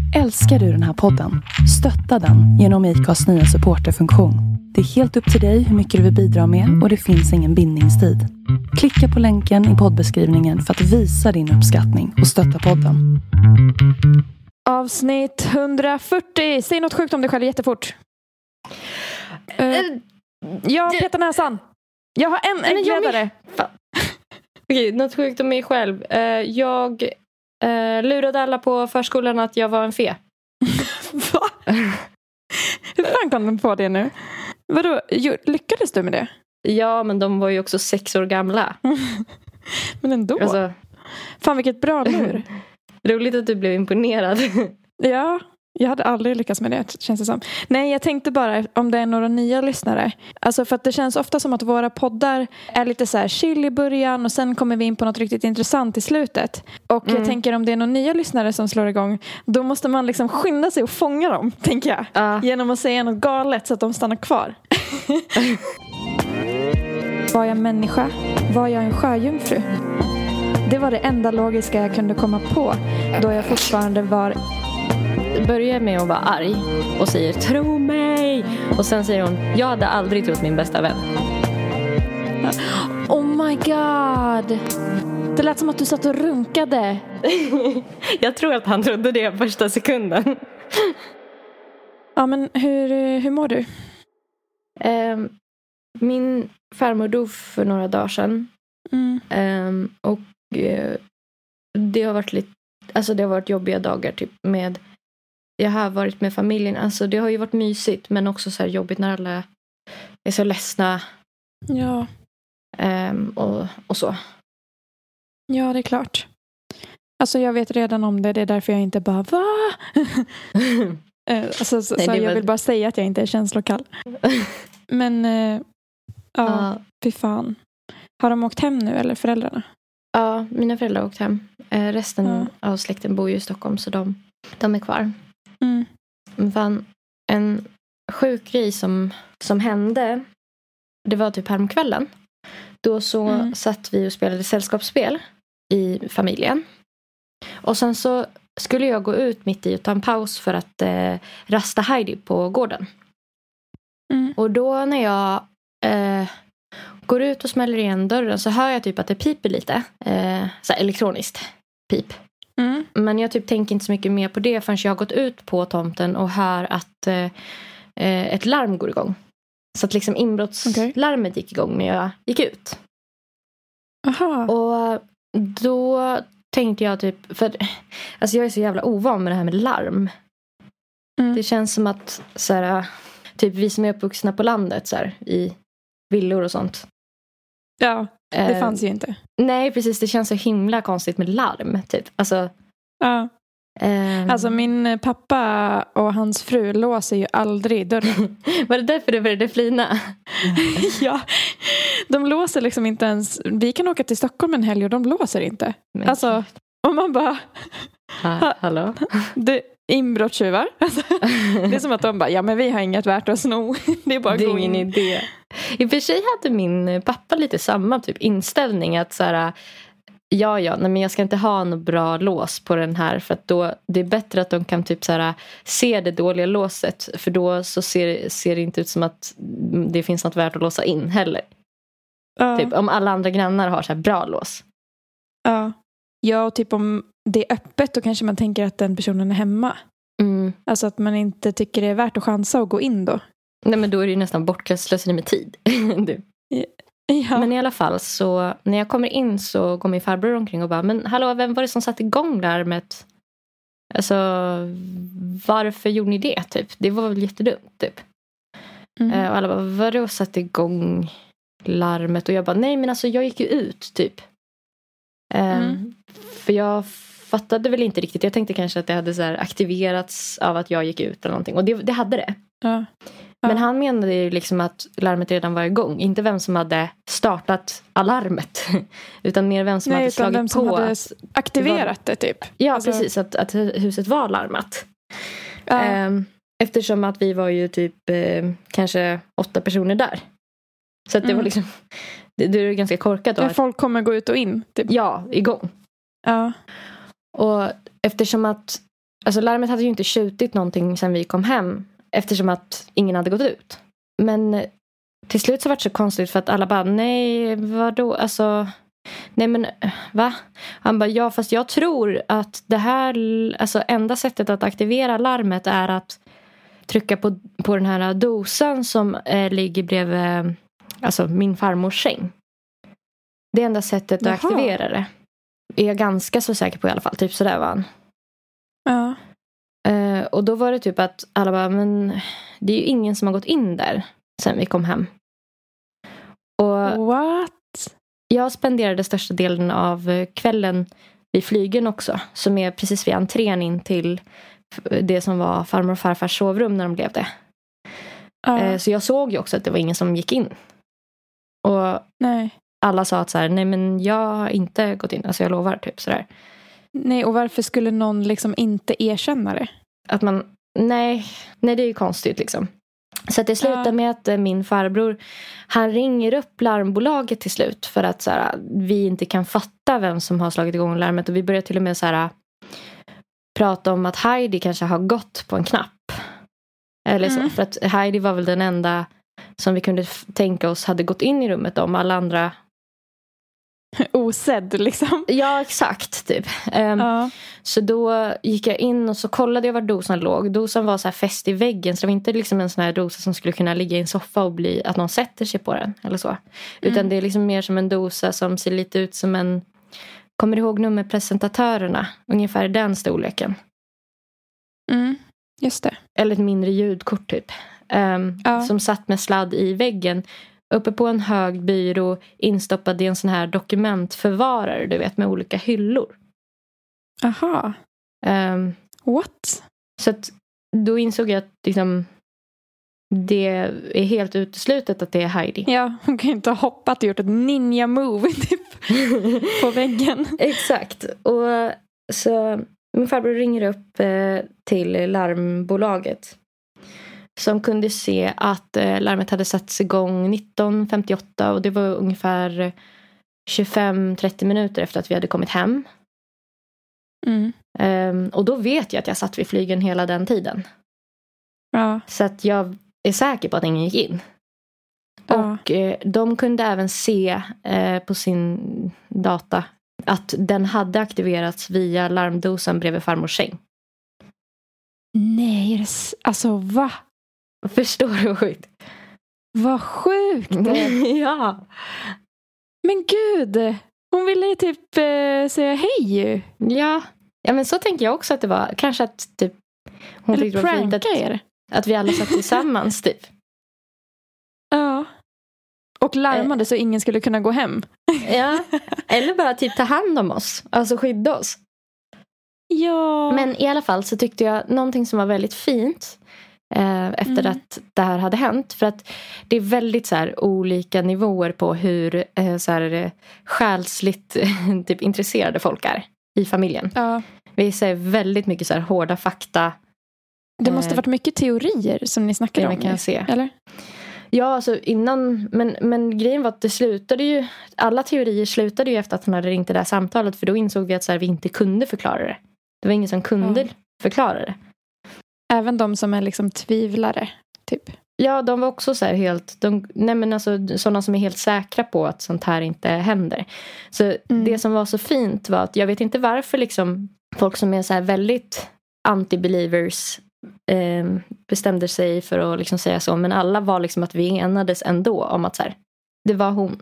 Älskar du den här podden? Stötta den genom IKAs nya supporterfunktion. Det är helt upp till dig hur mycket du vill bidra med och det finns ingen bindningstid. Klicka på länken i poddbeskrivningen för att visa din uppskattning och stötta podden. Avsnitt 140. Säg något sjukt om dig själv jättefort. Jag petar näsan. Jag har en äggledare. Okej, något sjukt om mig själv. Jag lurade alla på förskolan att jag var en fe. Va? Hur fan kom de på det nu? Vadå? Lyckades du med det? Ja, men de var ju också 6 år gamla. Men ändå. Alltså, fan, vilket bra lur. roligt att du blev imponerad. Ja, jag hade aldrig lyckats med det, känns det som. Nej, jag tänkte bara om det är några nya lyssnare. Alltså för att det känns ofta som att våra poddar är lite så här chill i början och sen kommer vi in på något riktigt intressant i slutet. Och jag tänker om det är några nya lyssnare som slår igång, då måste man liksom skynda sig och fånga dem, tänker jag. Genom att säga något galet så att de stannar kvar. Var jag människa? Var jag en sjöjungfru? Det var det enda logiska jag kunde komma på då jag fortfarande var... Börjar med att vara arg och säger tro mig. Och sen säger hon, jag hade aldrig trott min bästa vän. Oh my god. Det lät som att du satt och runkade. Jag tror att han trodde det första sekunden. Ja, men hur mår du? Min farmor dog för några dagar sedan. Och det har varit lite, alltså det har varit jobbiga dagar typ med, jag har varit med familjen, alltså det har ju varit mysigt men också så här jobbigt när alla är så ledsna. Ja. Och så. Ja, det är klart. Alltså jag vet redan om det är därför jag inte bara va? Alltså, så jag vill bara säga att jag inte är känslokall. Men fy fan. Har de åkt hem nu eller föräldrarna? Ja, mina föräldrar har åkt hem. Resten av släkten bor ju i Stockholm så de är kvar. Men fan, en sjuk grej som hände, det var typ häromkvällen. Då så satt vi och spelade sällskapsspel i familjen. Och sen så skulle jag gå ut mitt i och ta en paus för att rasta Heidi på gården. Och då när jag går ut och smäller igen dörren så hör jag typ att det piper lite. Så här elektroniskt pip. Men jag typ tänker inte så mycket mer på det förrän jag har gått ut på tomten och hör att ett larm går igång. Så att liksom inbrottslarmet gick igång när jag gick ut. Aha. Och då tänkte jag typ, för alltså jag är så jävla ovan med det här med larm. Det känns som att så här, typ vi som är uppvuxna på landet så här, i villor och sånt. Ja, det fanns ju inte. Nej, precis. Det känns så himla konstigt med larm, typ. Alltså, ja. Alltså min pappa och hans fru låser ju aldrig dörren. Var det därför det började flina? Ja, de låser liksom inte ens. Vi kan åka till Stockholm en helg och de låser inte. Men alltså, om man bara... Hallå? Det inbrottstjuvar. Alltså, det är som att de bara, ja men vi har inget värt att sno. Det är bara det är ingen idé. I och för sig hade min pappa lite samma typ inställning att så här, nej, men jag ska inte ha något bra lås på den här för att då det är bättre att de kan typ så här se det dåliga låset för då så ser det inte ut som att det finns något värt att låsa in heller. Typ om alla andra grannar har så här bra lås. Ja, och typ om det är öppet då kanske man tänker att den personen är hemma. Alltså att man inte tycker det är värt att chansa och gå in då. Nej, men då är det ju nästan bortkastat med tid. Du. Ja. Men i alla fall så när jag kommer in så går min farbror omkring och bara, men hallå, vem var det som satte igång larmet? Alltså, varför gjorde ni det typ? Det var väl jättedumt typ. Och alla bara, vadå satte igång larmet? Och jag bara, nej men alltså jag gick ju ut typ. För jag fattade väl inte riktigt. Jag tänkte kanske att det hade så här aktiverats av att jag gick ut eller någonting. Och det hade det. Men han menade ju liksom att larmet redan var igång. Inte vem som hade startat alarmet. Utan mer vem som hade slagit vem som på. Hade aktiverat det typ. Ja, alltså... precis. Att huset var larmat. Eftersom att vi var ju typ kanske 8 personer där. Så att det var liksom... Det är ganska korkat. Där folk kommer gå ut och in. Typ. Ja, igång. Ja. Och eftersom att alltså larmet hade ju inte tjutit någonting sen vi kom hem. Eftersom att ingen hade gått ut. Men till slut så var det så konstigt för att alla bara, nej, vadå? Alltså, nej men, va? Han bara, ja fast jag tror att det här, alltså enda sättet att aktivera larmet är att trycka på den här dosan som ligger bredvid alltså min farmors säng. Det enda sättet att aktivera det. Är jag ganska så säker på i alla fall. Typ sådär var han. Ja. Och då var det typ att alla bara, men det är ju ingen som har gått in där sen vi kom hem. Och What? jag spenderade största delen av kvällen vid flygen också. Som är precis vid entrén in till det som var farmor och farfars sovrum när de levde. Så jag såg ju också att det var ingen som gick in. Och nej. alla sa att så här, nej men jag har inte gått in. Alltså jag lovar typ sådär. Nej, och varför skulle någon liksom inte erkänna det? Att man, nej det är ju konstigt liksom. Så att det slutar med att min farbror, han ringer upp larmbolaget till slut. För att så här, vi inte kan fatta vem som har slagit igång larmet. Och vi börjar till och med så här, prata om att Heidi kanske har gått på en knapp. Eller så, för att Heidi var väl den enda som vi kunde tänka oss hade gått in i rummet om alla andra osedd liksom. Ja, exakt typ. Så då gick jag in och så kollade jag var dosan låg. Dosan var så här fäst i väggen, så det var inte liksom en sån här dosa som skulle kunna ligga i en soffa och bli att någon sätter sig på den eller så. Utan det är liksom mer som en dosa som ser lite ut som en, kommer du ihåg nummerpresentatörerna? Ungefär den storleken. Just det. Eller ett mindre ljudkort typ. Som satt med sladd i väggen. Uppe på en hög byrå, instoppad i en sån här dokumentförvarare, du vet, med olika hyllor. Aha. What? Så att då insåg jag att liksom, det är helt uteslutet att det är Heidi. Ja, hon kan ju inte ha hoppat och gjort ett ninja move typ på väggen. Exakt. Och så min farbror ringer upp till larmbolaget. Som kunde se att larmet hade satts igång 19:58 och det var ungefär 25-30 minuter efter att vi hade kommit hem. Och då vet jag att jag satt vid flygen hela den tiden. Ja. Så att jag är säker på att ingen gick in. Och de kunde även se på sin data att den hade aktiverats via larmdosan bredvid farmors säng. Nej, alltså va? Förstår du vad sjukt? Vad sjukt! Ja. Men gud, hon ville typ säga hej. Ja, men så tänker jag också att det var. Kanske att typ hon tyckte det var fint att vi alla satt tillsammans typ. Ja. Och larmade så ingen skulle kunna gå hem. Ja, eller bara typ ta hand om oss. Alltså skydda oss. Ja. Men i alla fall så tyckte jag någonting som var väldigt fint efter att det här hade hänt. För att det är väldigt så här olika nivåer på hur så här själsligt typ intresserade folk är i familjen. Ja. Vi ser väldigt mycket så här hårda fakta. Det måste varit mycket teorier som ni snackade om. Kan jag se. Eller? Ja, alltså innan, men grejen var att det slutade ju, alla teorier slutade ju efter att hon hade ringt det där samtalet, för då insåg vi att så här, vi inte kunde förklara det. Det var ingen som kunde förklara det. Även de som är liksom tvivlare, typ. Ja, de var också så här helt, sådana som är helt säkra på att sånt här inte händer. Så det som var så fint var att jag vet inte varför liksom folk som är så här väldigt anti-believers bestämde sig för att liksom säga så, men alla var liksom att vi enades ändå om att så här, det var hon.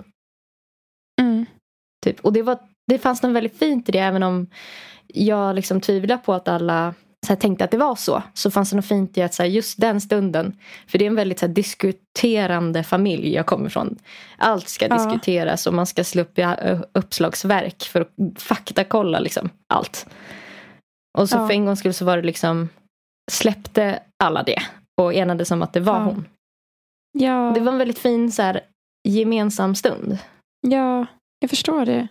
Typ. Och det fanns något väldigt fint i det, även om jag liksom tvivlar på att alla så här, tänkte att det var så fanns det något fint i att så här, just den stunden, för det är en väldigt så här, diskuterande familj jag kommer från. Allt ska diskuteras och man ska slå upp uppslagsverk för att faktakolla liksom allt. Och så för en gång skulle så var det liksom, släppte alla det och enades om att det var hon. Ja. Det var en väldigt fin så här, gemensam stund. Ja, jag förstår det.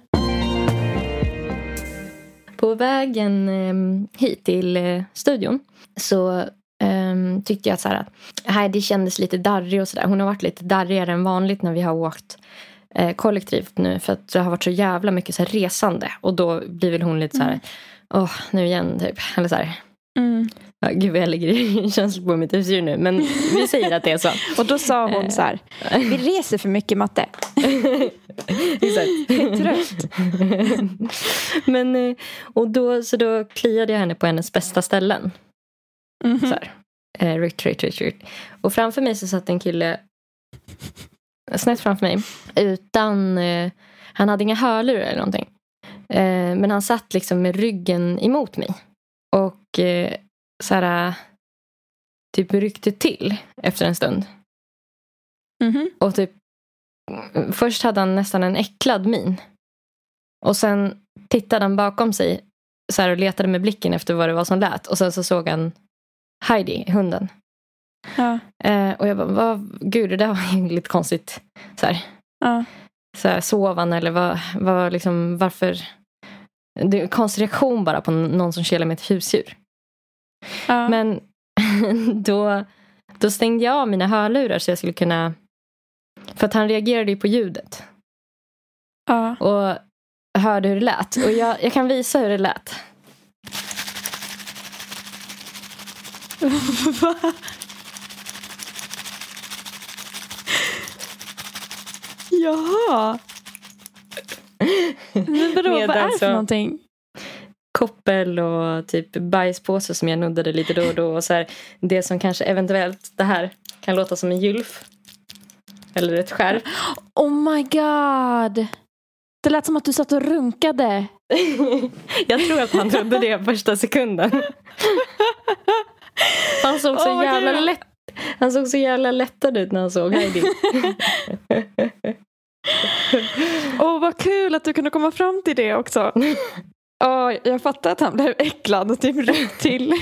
På vägen hit till studion så tyckte jag att så här, Heidi kändes lite darrig och sådär. Hon har varit lite darrigare än vanligt när vi har åkt kollektivt nu, för att det har varit så jävla mycket så här resande, och då blir väl hon lite så här nu igen typ, eller så här. Ja, gud vad jag lägger känsla på mitt husdjur nu. Men vi säger att det är så. Och då sa hon så här: vi reser för mycket, Matte. Exakt. Trött. Men, och då kliade jag henne på hennes bästa ställen. Så här. Retreat. Och framför mig så satt en kille snett framför mig. Utan, han hade inga hörlurar eller någonting. Men han satt liksom med ryggen emot mig. Och så här, typ ryckte till efter en stund. Och typ först hade han nästan en äcklad min. Och sen tittade han bakom sig så här, och letade med blicken efter vad det var som lät. Och sen så såg han Heidi, hunden. Ja. Och jag bara, gud, det där var ju lite konstigt. Så här. Ja. Så här, sov han eller vad liksom, varför? Det är en konstig reaktion bara på någon som kelar med ett husdjur. Ja. Men då stängde jag av mina hörlurar så jag skulle kunna, för att han reagerade ju på ljudet. Ja. Och hörde hur det lät. Och jag kan visa hur det lät. Va? Jaha. Men vadå, vad är det för någonting? Koppel och typ bajspåse som jag nuddade lite då och då. Och så här, det som kanske eventuellt, det här kan låta som en gylf. Eller ett skärp. Oh my god. Det lät som att du satt och runkade. Jag tror att han trodde det första sekunden. Han såg så jävla lätt. Han såg så jävla lättad ut när han såg Heidi. Vad kul att du kunde komma fram till det också. Jag fattar att han blev äcklad och typ ryckt till.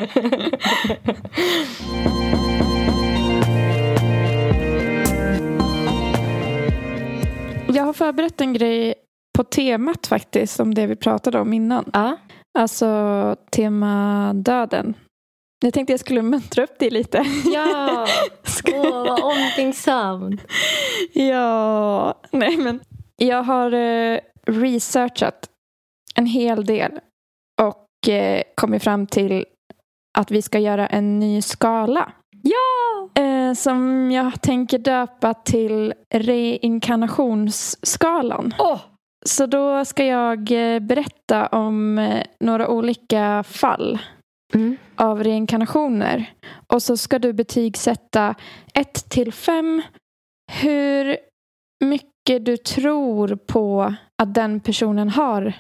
Jag har förberett en grej på temat faktiskt, om det vi pratade om innan. Ja. Alltså tema döden. Jag tänkte jag skulle muntra upp det lite. Ja, vad omtänksamt. Ja, nej men jag har researchat en hel del och kommit fram till att vi ska göra en ny skala. Ja! Som jag tänker döpa till reinkarnationsskalan. Så då ska jag berätta om några olika fall av reinkarnationer. Och så ska du betygsätta 1-5 hur mycket du tror på att den personen har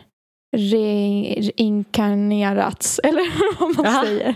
reinkarnerats. Eller vad man säger.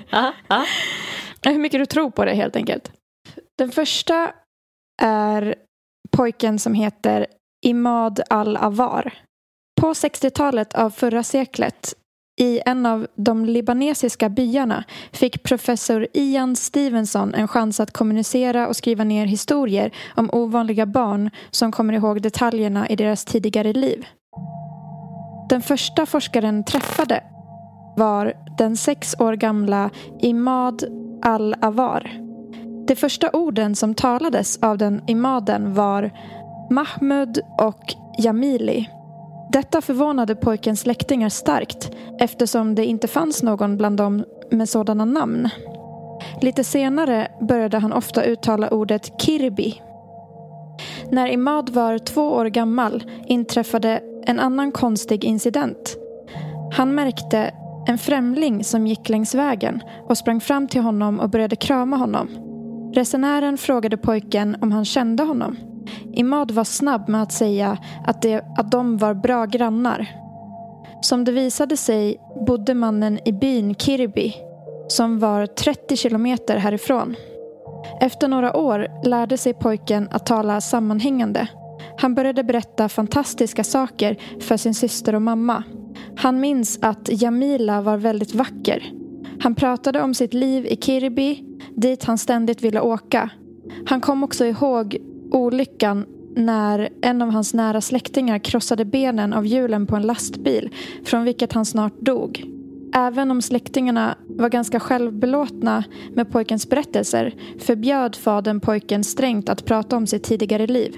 Hur mycket du tror på det helt enkelt. Den första är pojken som heter Imad al-Awar. På 60-talet av förra seklet i en av de libanesiska byarna fick professor Ian Stevenson en chans att kommunicera och skriva ner historier om ovanliga barn som kommer ihåg detaljerna i deras tidigare liv. Den första forskaren träffade var den 6 år gamla Imad al-Awar. De första orden som talades av den Imaden var Mahmud och Jamili. Detta förvånade pojkens släktingar starkt eftersom det inte fanns någon bland dem med sådana namn. Lite senare började han ofta uttala ordet Kirbi. När Imad var 2 år gammal inträffade en annan konstig incident. Han märkte en främling som gick längs vägen och sprang fram till honom och började krama honom. Resenären frågade pojken om han kände honom. Imad var snabb med att säga att de var bra grannar. Som det visade sig bodde mannen i byn Kirbi, som var 30 kilometer härifrån. Efter några år lärde sig pojken att tala sammanhängande. Han började berätta fantastiska saker för sin syster och mamma. Han minns att Jamila var väldigt vacker. Han pratade om sitt liv i Kirbi, dit han ständigt ville åka. Han kom också ihåg olyckan när en av hans nära släktingar krossade benen av hjulen på en lastbil, från vilket han snart dog. Även om släktingarna var ganska självbelåtna med pojkens berättelser förbjöd fadern pojken strängt att prata om sitt tidigare liv.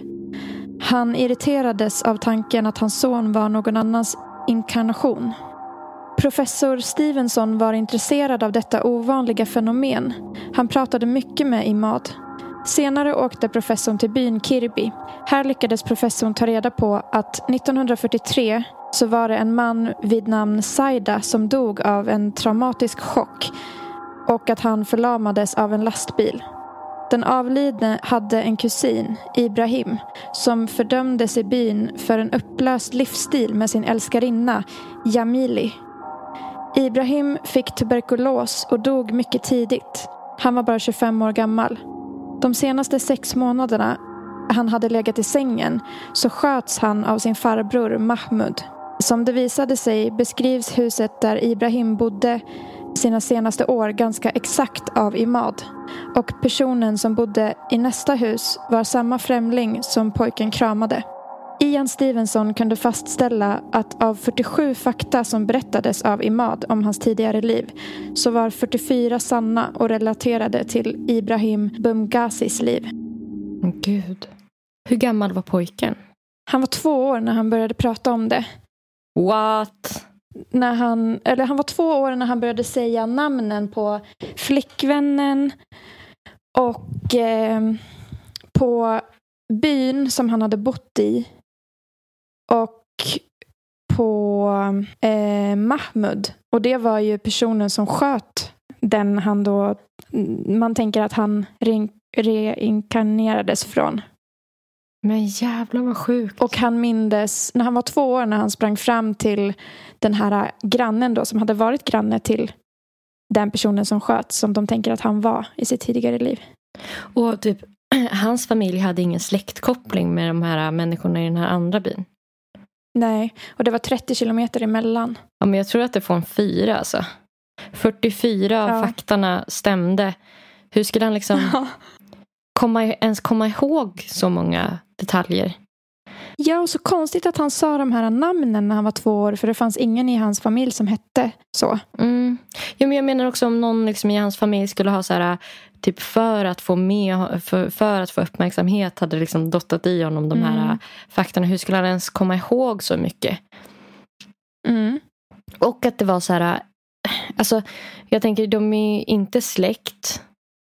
Han irriterades av tanken att hans son var någon annans inkarnation. Professor Stevenson var intresserad av detta ovanliga fenomen. Han pratade mycket med Imad. Senare åkte professorn till byn Kirby. Här lyckades professorn ta reda på att 1943 så var det en man vid namn Saida som dog av en traumatisk chock och att han förlamades av en lastbil. Den avlidne hade en kusin, Ibrahim, som fördömdes i byn för en upplöst livsstil med sin älskarinna, Jamili. Ibrahim fick tuberkulos och dog mycket tidigt. Han var bara 25 år gammal. De senaste 6 månaderna han hade legat i sängen så sköts han av sin farbror Mahmud. Som det visade sig beskrivs huset där Ibrahim bodde sina senaste år ganska exakt av Imad. Och personen som bodde i nästa hus var samma främling som pojken kramade. Ian Stevenson kunde fastställa att av 47 fakta som berättades av Imad om hans tidigare liv så var 44 sanna och relaterade till Ibrahim Bumgazis liv. Gud. Hur gammal var pojken? Han var 2 år när han började prata om det. What? Han var 2 år när han började säga namnen på flickvännen och på byn som han hade bott i och på Mahmud. Och det var ju personen som sköt den han då, man tänker att han reinkarnerades från. Men jävlar vad sjukt. Och han mindes när han var 2 år när han sprang fram till den här grannen då som hade varit granne till den personen som sköt, som de tänker att han var i sitt tidigare liv. Och typ hans familj hade ingen släktkoppling med de här människorna i den här andra byn. Nej, och det var 30 kilometer emellan. Ja, men jag tror att det får en 4 alltså. 44 av faktorna stämde. Hur skulle han liksom komma ihåg så många detaljer? Ja, och så konstigt att han sa de här namnen när han var 2 år. För det fanns ingen i hans familj som hette så. Mm. Ja, men jag menar också om någon liksom i hans familj skulle ha så här, typ för att få uppmärksamhet hade liksom dottat i honom de här faktorna. Hur skulle han ens komma ihåg så mycket? Mm. Och att det var så här, alltså jag tänker de är inte släkt.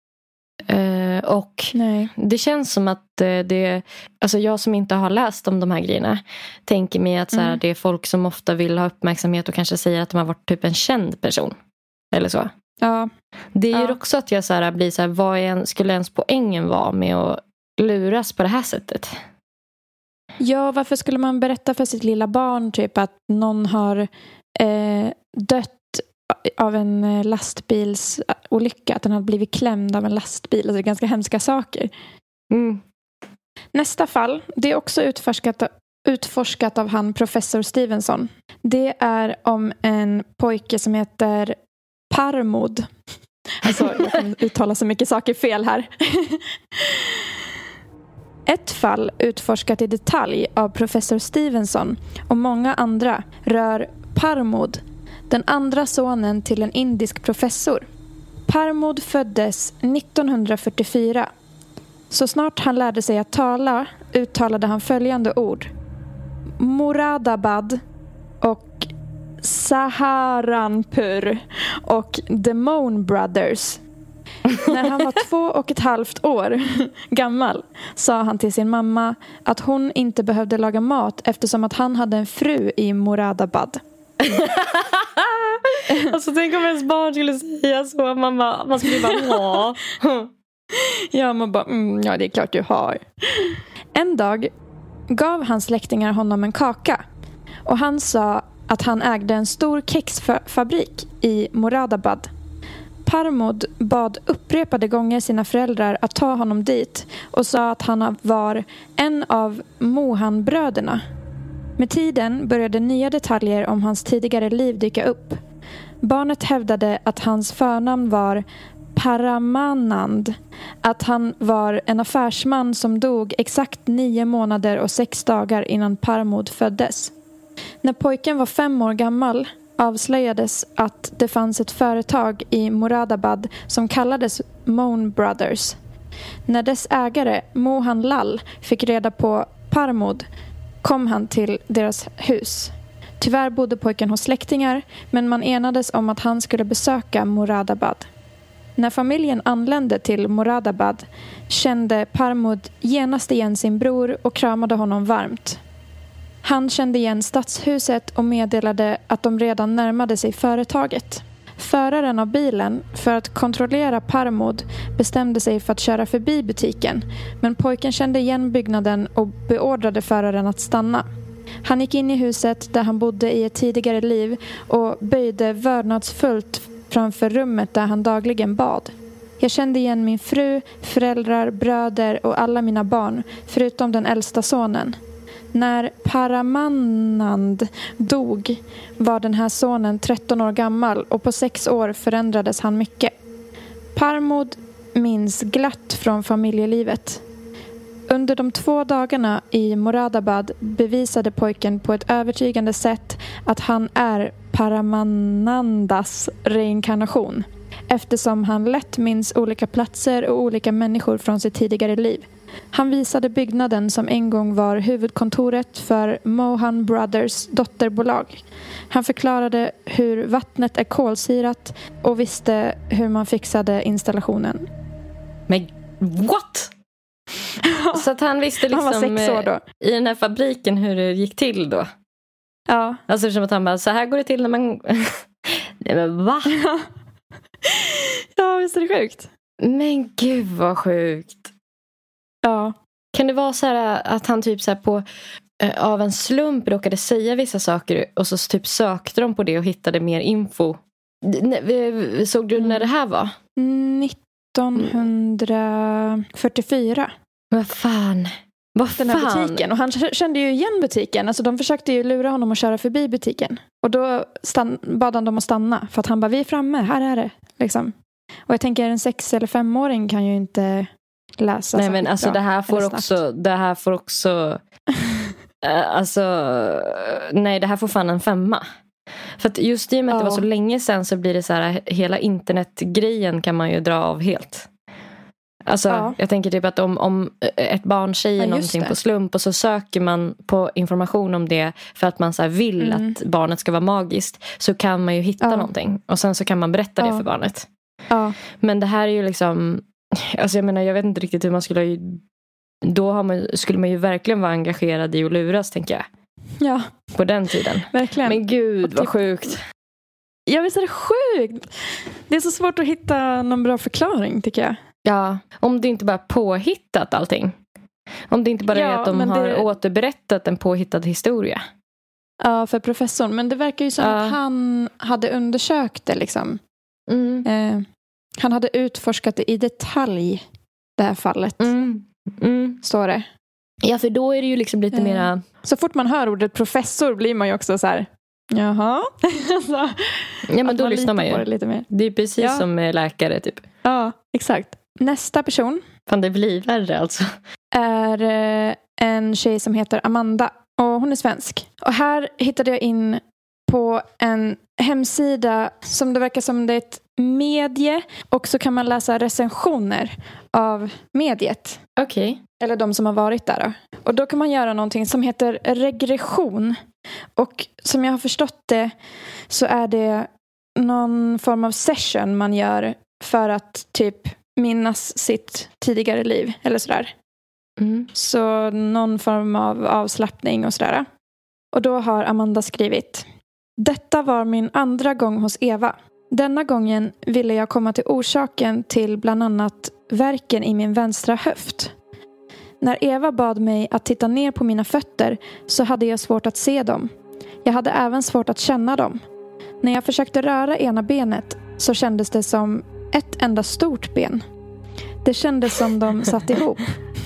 Och nej. Det känns som att alltså jag som inte har läst om de här grejerna tänker mig att så här, det är folk som ofta vill ha uppmärksamhet och kanske säger att de har varit typ en känd person eller så. Ja. Det är ju också att jag så här, blir så här, vad skulle ens poängen vara med att luras på det här sättet? Ja, varför skulle man berätta för sitt lilla barn typ att någon har dött av en lastbilsolycka, att den hade blivit klämd av en lastbil. Alltså det är ganska hemska saker. Mm. Nästa fall, det är också utforskat av han professor Stevenson. Det är om en pojke som heter Parmod. Alltså jag kan uttala så mycket saker fel här. Ett fall utforskat i detalj av professor Stevenson och många andra rör Parmod, den andra sonen till en indisk professor. Parmod föddes 1944. Så snart han lärde sig att tala uttalade han följande ord: Moradabad och Saharanpur och The Moan Brothers. När han var 2,5 år gammal sa han till sin mamma att hon inte behövde laga mat eftersom att han hade en fru i Moradabad. Alltså tänk om ens barn skulle säga så. Man skulle bara ja, man bara ja, det är klart du har. En dag gav hans släktingar honom en kaka och han sa att han ägde en stor kexfabrik i Moradabad. Parmod bad upprepade gånger sina föräldrar att ta honom dit och sa att han var en av Mohan-bröderna. Med tiden började nya detaljer om hans tidigare liv dyka upp. Barnet hävdade att hans förnamn var Paramanand, att han var en affärsman som dog exakt 9 månader och 6 dagar innan Parmod föddes. När pojken var 5 år gammal avslöjades att det fanns ett företag i Moradabad som kallades Moan Brothers. När dess ägare Mohan Lal fick reda på Parmod kom han till deras hus. Tyvärr bodde pojken hos släktingar, men man enades om att han skulle besöka Moradabad. När familjen anlände till Moradabad kände Parmod genast igen sin bror och kramade honom varmt. Han kände igen stadshuset och meddelade att de redan närmade sig företaget. Föraren av bilen, för att kontrollera Parmod, bestämde sig för att köra förbi butiken, men pojken kände igen byggnaden och beordrade föraren att stanna. Han gick in i huset där han bodde i ett tidigare liv och böjde vördnadsfullt framför rummet där han dagligen bad. Jag kände igen min fru, föräldrar, bröder och alla mina barn, förutom den äldsta sonen. När Paramanand dog var den här sonen 13 år gammal och på 6 år förändrades han mycket. Parmod minns glatt från familjelivet. Under de 2 dagarna i Moradabad bevisade pojken på ett övertygande sätt att han är Paramanandas reinkarnation, eftersom han lätt minns olika platser och olika människor från sitt tidigare liv. Han visade byggnaden som en gång var huvudkontoret för Mohan Brothers dotterbolag. Han förklarade hur vattnet är kolsyrat och visste hur man fixade installationen. Men what? Så att han visste liksom han var 6 år då. I den här fabriken hur det gick till då. Ja. Alltså som att han bara, så här går det till när man... Nej men va? Ja, visst är det sjukt? Men gud vad sjukt. Ja. Kan det vara så här att han typ så här på av en slump råkade säga vissa saker och så typ sökte de på det och hittade mer info? Såg du när det här var? 1944. Vad fan? Den här butiken. Och han kände ju igen butiken. Alltså de försökte ju lura honom att köra förbi butiken. Och då bad han dem att stanna. För att han bara, vi är framme, här är det. Liksom. Och jag tänker en 6- eller 5-åring kan ju inte läsa. Nej men alltså bra, det här får också alltså nej, det här får fan en 5. För att just i och med att det var så länge sedan så blir det så här, hela internetgrejen kan man ju dra av helt. Alltså jag tänker typ att om ett barn säger någonting på slump och så söker man på information om det för att man så här vill att barnet ska vara magiskt, så kan man ju hitta någonting och sen så kan man berätta det för barnet. Men det här är ju liksom, alltså jag menar, jag vet inte riktigt hur man skulle skulle man ju verkligen vara engagerad i att luras, tänker jag. Ja. På den tiden. Verkligen. Men gud, vad sjukt. Ja, visst är det sjukt. Det är så svårt att hitta någon bra förklaring, tycker jag. Ja, om det inte bara är påhittat allting. Om det inte bara är att de har återberättat en påhittad historia. Ja, för professorn. Men det verkar ju som att han hade undersökt det liksom. Han hade utforskat det i detalj, det här fallet. Står det. Ja, för då är det ju liksom lite mera... Så fort man hör ordet professor blir man ju också så här... Jaha. Alltså, ja, men då lyssnar man ju. Det, lite mer. Det är precis som läkare typ. Ja, exakt. Nästa person. Fan, det blir värre alltså. Är en tjej som heter Amanda. Och hon är svensk. Och här hittade jag in på en hemsida som det verkar som det är ett medie. Och så kan man läsa recensioner av mediet. Okej. Eller de som har varit där då. Och då kan man göra någonting som heter regression. Och som jag har förstått det så är det någon form av session man gör för att typ minnas sitt tidigare liv eller sådär. Så någon form av avslappning och sådär. Och då har Amanda skrivit: detta var min andra gång hos Eva. Denna gången ville jag komma till orsaken till bland annat värken i min vänstra höft. När Eva bad mig att titta ner på mina fötter så hade jag svårt att se dem. Jag hade även svårt att känna dem. När jag försökte röra ena benet så kändes det som ett enda stort ben. Det kändes som de satt ihop.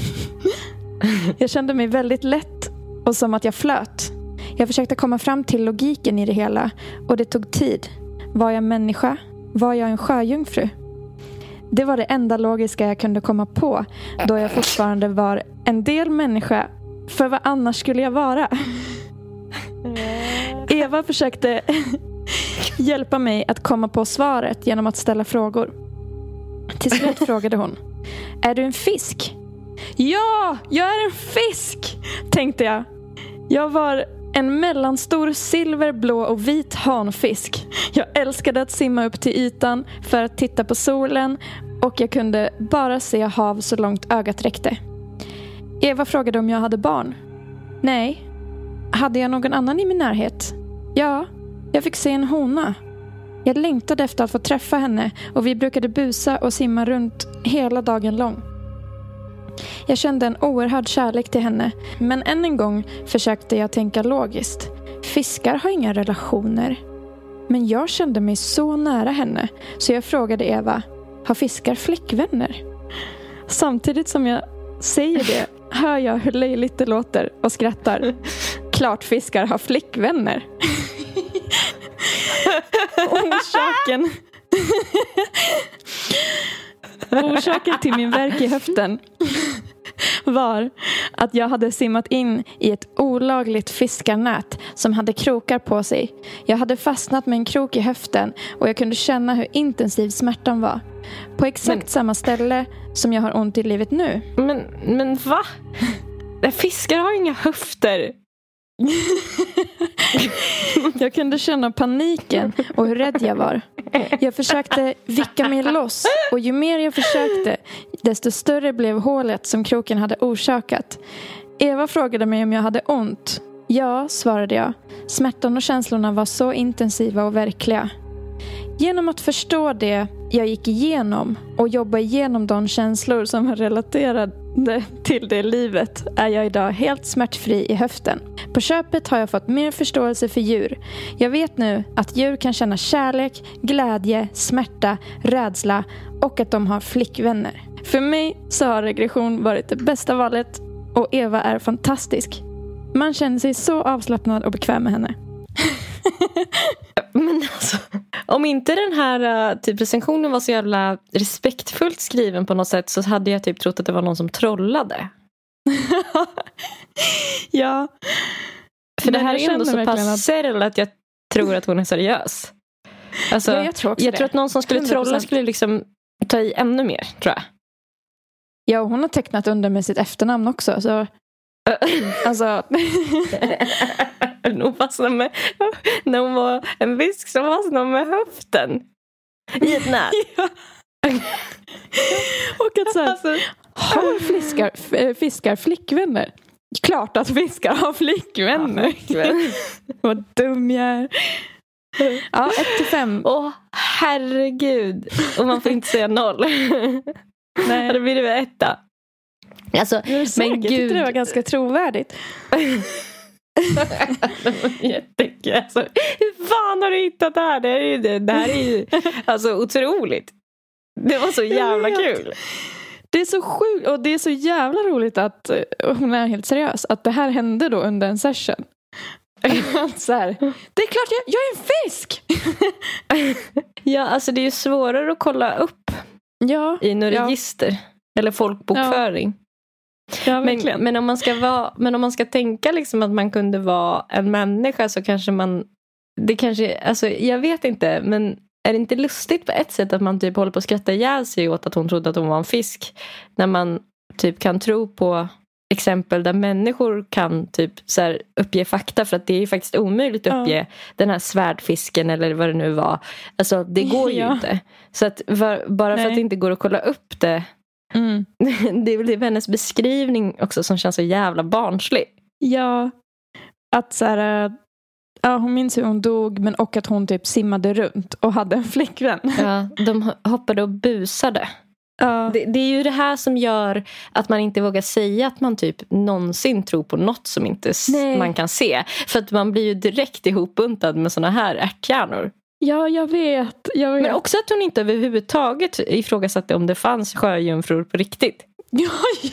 Jag kände mig väldigt lätt och som att jag flöt. Jag försökte komma fram till logiken i det hela och det tog tid. Var jag människa? Var jag en sjöjungfru? Det var det enda logiska jag kunde komma på då jag fortfarande var en del människa. För vad annars skulle jag vara? Eva försökte hjälpa mig att komma på svaret genom att ställa frågor. Till slut frågade hon: är du en fisk? Ja, jag är en fisk, tänkte jag. Jag var En mellanstor silverblå och vit hanfisk. Jag älskade att simma upp till ytan för att titta på solen och jag kunde bara se hav så långt ögat räckte. Eva frågade om jag hade barn. Nej. Hade jag någon annan i min närhet? Ja, jag fick se en hona. Jag längtade efter att få träffa henne och vi brukade busa och simma runt hela dagen lång. Jag kände en oerhörd kärlek till henne, men än en gång försökte jag tänka logiskt. Fiskar har inga relationer. Men jag kände mig så nära henne, så jag frågade Eva, har fiskar flickvänner? Samtidigt som jag säger det hör jag hur löjligt det låter och skrattar. Klart fiskar har flickvänner. Orsaken till min värk i höften var att jag hade simmat in i ett olagligt fiskarnät som hade krokar på sig. Jag hade fastnat med en krok i höften och jag kunde känna hur intensiv smärtan var. På exakt samma ställe som jag har ont i livet nu. Men va? Fiskar har inga höfter. Jag kunde känna paniken och hur rädd jag var. Jag försökte vicka mig loss och ju mer jag försökte desto större blev hålet som kroken hade orsakat. Eva frågade mig om jag hade ont. Ja, svarade jag. Smärtan och känslorna var så intensiva och verkliga. Genom att förstå det jag gick igenom och jobba igenom de känslor som var relaterade till det livet är jag idag helt smärtfri i höften. På köpet har jag fått mer förståelse för djur. Jag vet nu att djur kan känna kärlek, glädje, smärta, rädsla och att de har flickvänner. För mig så har regression varit det bästa valet och Eva är fantastisk. Man känner sig så avslappnad och bekväm med henne. Men alltså, om inte den här typ recensionen var så jävla respektfullt skriven på något sätt så hade jag typ trott att det var någon som trollade. Ja. För det här är ändå så pass seriöst att jag tror att hon är seriös. Alltså, ja, jag tror att någon som skulle 100%. Trolla skulle liksom ta i ännu mer, tror jag. Ja, hon har tecknat under med sitt efternamn också, så alltså när hon var en fisk som fastnade med höften i ett nät. Ja. Och att så här, alltså, har fiskar flickvänner? Klart att fiskar har flickvänner. Vad dum jag är. Ja, 1-5. Åh, herregud. Och man får inte säga 0. Nej. Då blir det väl 1. Alltså, men gud, tyckte det var ganska trovärdigt. Det var jättekul. Alltså, hur fan har du hittat det här? Det här är ju alltså otroligt. Det var så jävla kul. Det är så sjukt och det är så jävla roligt att hon är helt seriös. Att det här hände då under en session. Så här, det är klart jag är en fisk. Ja, alltså det är ju svårare att kolla upp i något register. Eller folkbokföring. Ja, men om man ska tänka liksom att man kunde vara en människa så kanske alltså jag vet inte, men är det inte lustigt på ett sätt att man typ håller på att skratta ihjäl sig åt att hon trodde att hon var en fisk när man typ kan tro på exempel där människor kan typ så här uppge fakta, för att det är faktiskt omöjligt att uppge den här svärdfisken eller vad det nu var. Alltså det går ju inte. Så att bara för att det inte går att kolla upp det. Det är väl hennes beskrivning också som känns så jävla barnslig. Ja, att så här, hon minns hur hon dog, men och att hon typ simmade runt och hade en flickvän. Ja, de hoppade och busade. Det är ju det här som gör att man inte vågar säga att man typ någonsin tror på något som inte man kan se. För att man blir ju direkt ihopbuntad med såna här ärthjärnor. Ja, jag vet. Men också att hon inte överhuvudtaget ifrågasatte om det fanns sjöjungfrur på riktigt. Ja.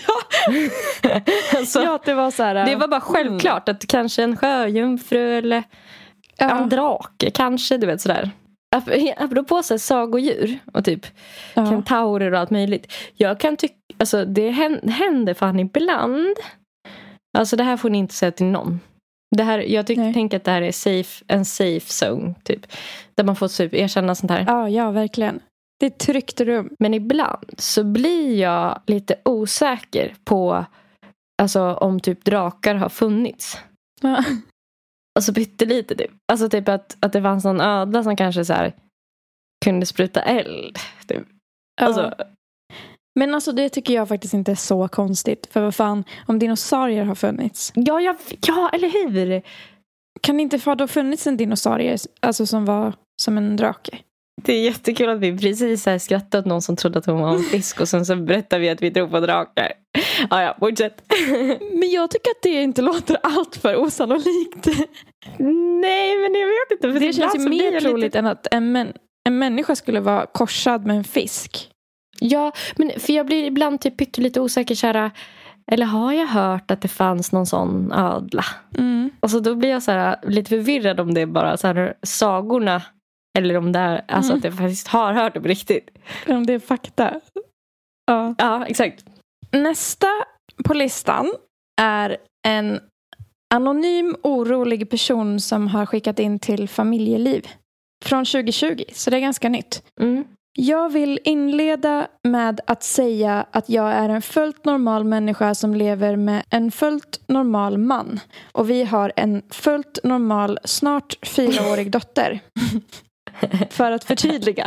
Alltså, ja, det var så här. Det var bara självklart att kanske en sjöjungfru eller en drake kanske, du vet sådär. Apropå så här, sagodjur och typ kentaurer och allt möjligt. Jag kan tycka, alltså det händer fan ibland. Alltså det här får ni inte säga till någon. Det här, jag tänker att det här är en safe zone typ. Där man får typ erkänna sånt här. Ja, verkligen. Det är ett tryggt rum. Men ibland så blir jag lite osäker på alltså om typ drakar har funnits. Ja. Alltså pyttelite typ. Alltså typ att det var en sån ödla som kanske så här kunde spruta eld. Typ. Alltså. Men alltså det tycker jag faktiskt inte är så konstigt. För vad fan, om dinosaurier har funnits. Ja, eller hur? Kan det inte ha då funnits en dinosaurie alltså som var som en drake? Det är jättekul att vi precis här skrattade åt någon som trodde att hon var en fisk. Och sen så berättar vi att vi tror på drakar. Ja, fortsätt. Men jag tycker att det inte låter allt för osannolikt. Nej, men jag vet inte. För det känns ju mer troligt än att en människa skulle vara korsad med en fisk. Ja, men för jag blir ibland typ pyttelite osäker kära. Eller har jag hört att det fanns någon sån ödla? Och så då blir jag så här lite förvirrad om det är bara så här sagorna. Eller om det är alltså att jag faktiskt har hört det på riktigt. Om det är fakta. Ja, exakt. Nästa på listan är en anonym orolig person som har skickat in till Familjeliv. Från 2020, så det är ganska nytt. Jag vill inleda med att säga att jag är en fullt normal människa som lever med en fullt normal man. Och vi har en fullt normal, snart 4-årig dotter. För att förtydliga.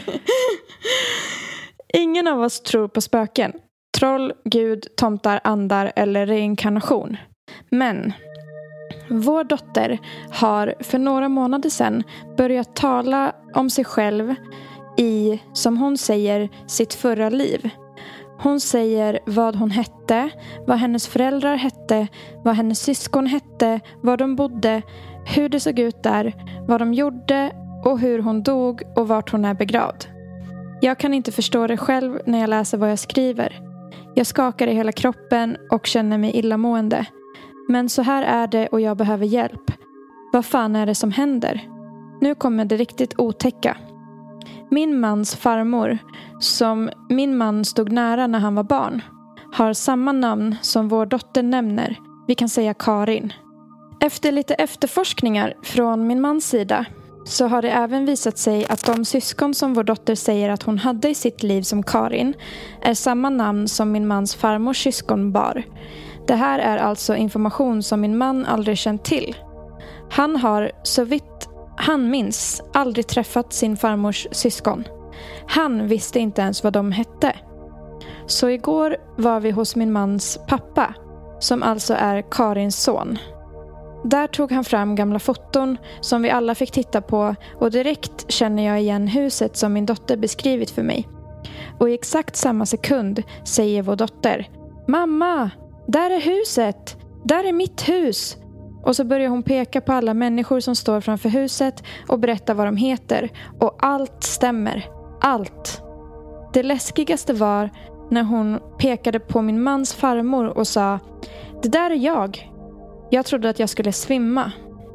Ingen av oss tror på spöken. Troll, gud, tomtar, andar eller reinkarnation. Men vår dotter har för några månader sedan börjat tala om sig själv i, som hon säger, sitt förra liv. Hon säger vad hon hette, vad hennes föräldrar hette, vad hennes syskon hette, var de bodde, hur det såg ut där, vad de gjorde och hur hon dog och vart hon är begravd. Jag kan inte förstå det själv när jag läser vad jag skriver. Jag skakar i hela kroppen och känner mig illamående. Men så här är det och jag behöver hjälp. Vad fan är det som händer? Nu kommer det riktigt otäcka. Min mans farmor, som min man stod nära när han var barn, har samma namn som vår dotter nämner. Vi kan säga Karin. Efter lite efterforskningar från min mans sida så har det även visat sig att de syskon som vår dotter säger att hon hade i sitt liv som Karin är samma namn som min mans farmors syskon bar. Det här är alltså information som min man aldrig känt till. Han har, så vitt han minns, aldrig träffat sin farmors syskon. Han visste inte ens vad de hette. Så igår var vi hos min mans pappa, som alltså är Karins son. Där tog han fram gamla foton som vi alla fick titta på och direkt känner jag igen huset som min dotter beskrivit för mig. Och i exakt samma sekund säger vår dotter: Mamma, där är huset! Där är mitt hus! Och så börjar hon peka på alla människor som står framför huset och berätta vad de heter. Och allt stämmer. Allt. Det läskigaste var när hon pekade på min mans farmor och sa: Det där är jag. Jag trodde att jag skulle svimma.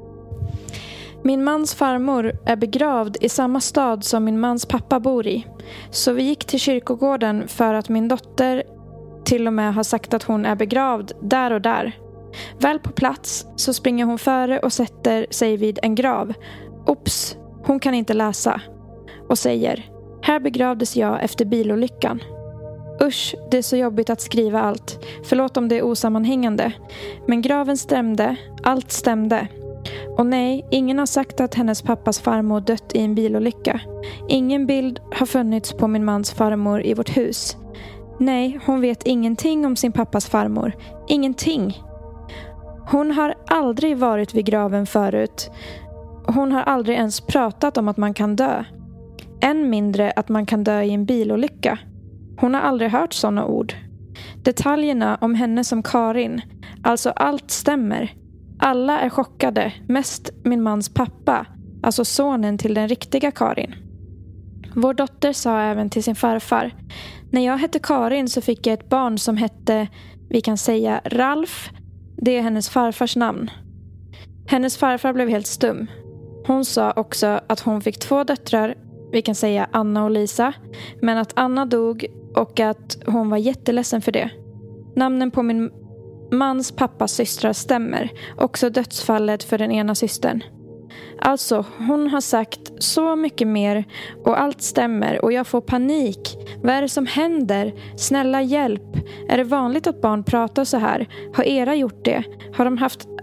Min mans farmor är begravd i samma stad som min mans pappa bor i. Så vi gick till kyrkogården för att min dotter till och med har sagt att hon är begravd där och där. Väl på plats så springer hon före och sätter sig vid en grav. Ops, hon kan inte läsa. Och säger: Här begravdes jag efter bilolyckan. Usch, det är så jobbigt att skriva allt. Förlåt om det är osammanhängande. Men graven stämde, allt stämde. Och nej, ingen har sagt att hennes pappas farmor dött i en bilolycka. Ingen bild har funnits på min mans farmor i vårt hus. Nej, hon vet ingenting om sin pappas farmor. Ingenting. Hon har aldrig varit vid graven förut. Hon har aldrig ens pratat om att man kan dö. Än mindre att man kan dö i en bilolycka. Hon har aldrig hört sådana ord. Detaljerna om henne som Karin, alltså allt stämmer. Alla är chockade, mest min mans pappa, alltså sonen till den riktiga Karin. Vår dotter sa även till sin farfar: När jag hette Karin så fick jag ett barn som hette, vi kan säga Ralf. Det är hennes farfars namn. Hennes farfar blev helt stum. Hon sa också att hon fick 2 döttrar, vi kan säga Anna och Lisa, men att Anna dog och att hon var jätteledsen för det. Namnen på min mans pappas systrar stämmer, också dödsfallet för den ena systern. Alltså, hon har sagt så mycket mer och allt stämmer och jag får panik. Vad är det som händer? Snälla hjälp. Är det vanligt att barn pratar så här? Har era gjort det? Har de haft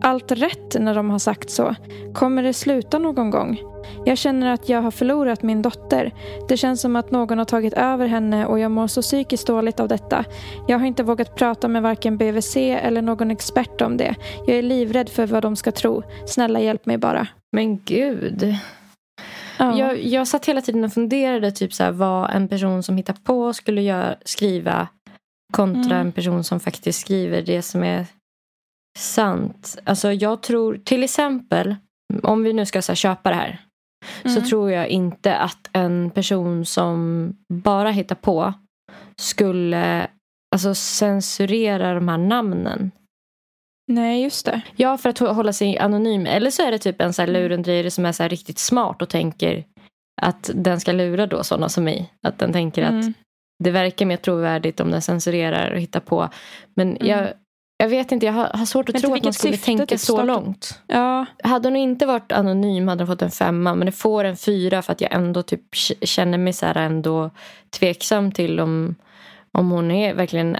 allt rätt när de har sagt så? Kommer det sluta någon gång? Jag känner att jag har förlorat min dotter. Det känns som att någon har tagit över henne och jag mår så psykiskt dåligt av detta. Jag har inte vågat prata med varken BVC eller någon expert om det. Jag är livrädd för vad de ska tro. Snälla hjälp mig bara. Men gud. Ja. Jag satt hela tiden och funderade typ så här, vad en person som hittar på skulle skriva kontra en person som faktiskt skriver det som är sant. Alltså jag tror till exempel, om vi nu ska så här, köpa det här, så tror jag inte att en person som bara hittar på skulle alltså censurera de här namnen. Nej, just det. Ja, för att hålla sig anonym. Eller så är det typ en så här lurendrejare som är så här riktigt smart och tänker att den ska lura då sådana som mig. Att den tänker att det verkar mer trovärdigt om den censurerar och hittar på. Men jag vet inte, jag har svårt att tro att man skulle tänka så långt. Ja. Hade hon inte varit anonym hade hon fått en 5, men det får en 4 för att jag ändå typ känner mig så här ändå tveksam till om hon verkligen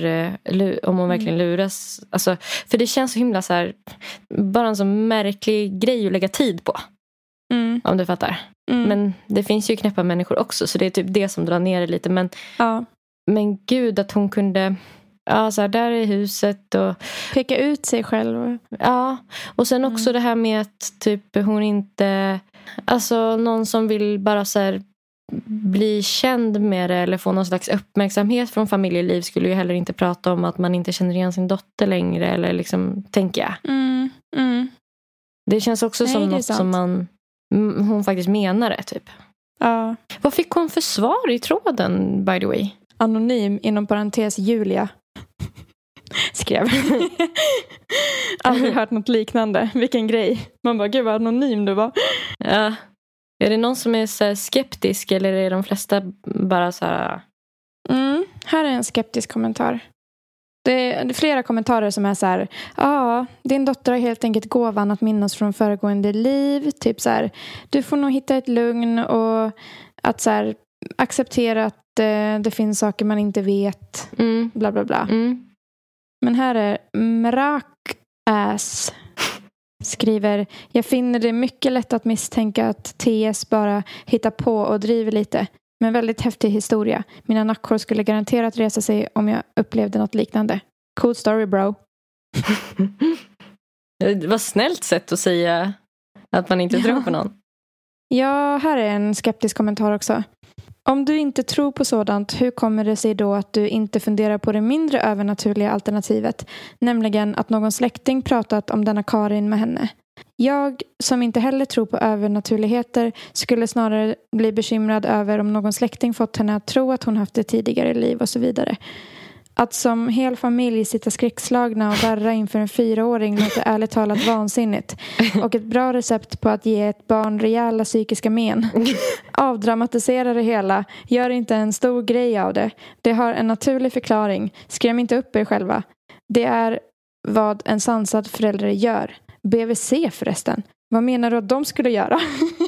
luras. Alltså, för det känns så himla så här, bara en så märklig grej att lägga tid på. Om du fattar. Men det finns ju knäppa människor också, så det är typ det som drar ner det lite. Men gud, att hon kunde så här, där är huset och peka ut sig själv. Ja, och sen också det här med att typ hon inte, alltså någon som vill bara så här bli känd med det eller få någon slags uppmärksamhet från familjeliv skulle ju heller inte prata om att man inte känner igen sin dotter längre, eller liksom, tänker jag. Det känns också som något som hon faktiskt menar det typ. Ja. Vad fick hon för svar i tråden, by the way? Anonym, inom parentes Julia. Skrev. Aldrig hört något liknande. Vilken grej. Man bara, gud vad anonym du var. Ja. Är det någon som är så här skeptisk, eller är de flesta bara så här? Här är en skeptisk kommentar. Det är flera kommentarer som är så här: din dotter har helt enkelt gåvan att minnas från föregående liv. Typ så här, du får nog hitta ett lugn och att så här, acceptera att det finns saker man inte vet. Bla bla bla. Men här är Mrak-ass skriver: jag finner det mycket lätt att misstänka att TS bara hittar på och driver lite. Men väldigt häftig historia. Mina nackhår skulle garanterat resa sig om jag upplevde något liknande. Cool story, bro. Det var snällt sätt att säga att man inte tror på någon. Ja, här är en skeptisk kommentar också. Om du inte tror på sådant, hur kommer det sig då att du inte funderar på det mindre övernaturliga alternativet? Nämligen att någon släkting pratat om denna Karin med henne. Jag, som inte heller tror på övernaturligheter, skulle snarare bli bekymrad över om någon släkting fått henne att tro att hon haft ett tidigare liv och så vidare. Att som hel familj sitta skräckslagna och darra inför en 4-åring låter ärligt talat vansinnigt. Och ett bra recept på att ge ett barn rejäla psykiska men. Avdramatisera det hela. Gör inte en stor grej av det. Det har en naturlig förklaring. Skräm inte upp er själva. Det är vad en sansad förälder gör. BVC förresten. Vad menar du att de skulle göra?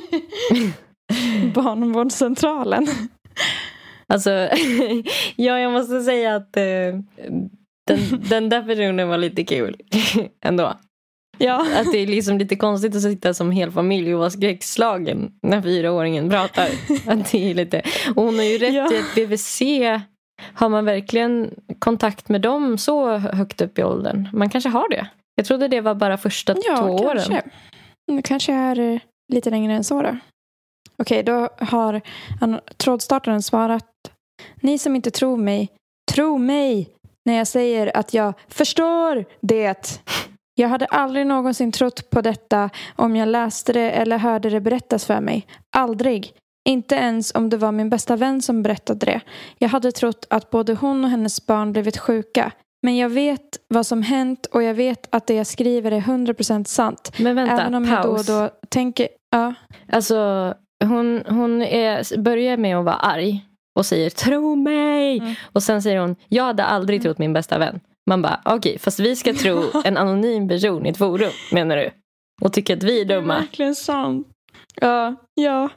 Barnvårdscentralen. Alltså, ja, jag måste säga att den där personen var lite kul ändå. Ja. Att det är liksom lite konstigt att sitta som hel familj och vara skräckslagen när 4-åringen pratar. Att det är lite... Och hon har ju rätt i att BVC, har man verkligen kontakt med dem så högt upp i åldern? Man kanske har det. Jag trodde det var bara första 2 åren. Det kanske är lite längre än så då. Okej, då har trådstartaren svarat: ni som inte tror mig, tro mig när jag säger att jag förstår det. Jag hade aldrig någonsin trott på detta om jag läste det eller hörde det berättas för mig. Aldrig. Inte ens om det var min bästa vän som berättade det. Jag hade trott att både hon och hennes barn blivit sjuka. Men jag vet vad som hänt och jag vet att det jag skriver är 100% sant. Men vänta, även om jag då och då tänker... Ja. Alltså... Hon börjar med att vara arg och säger tro mig. Och sen säger hon, jag hade aldrig trott min bästa vän. Man bara, okej, fast vi ska tro en anonym person i ett forum, menar du? Och tycker att vi är dumma. Det är verkligen sant. Ja.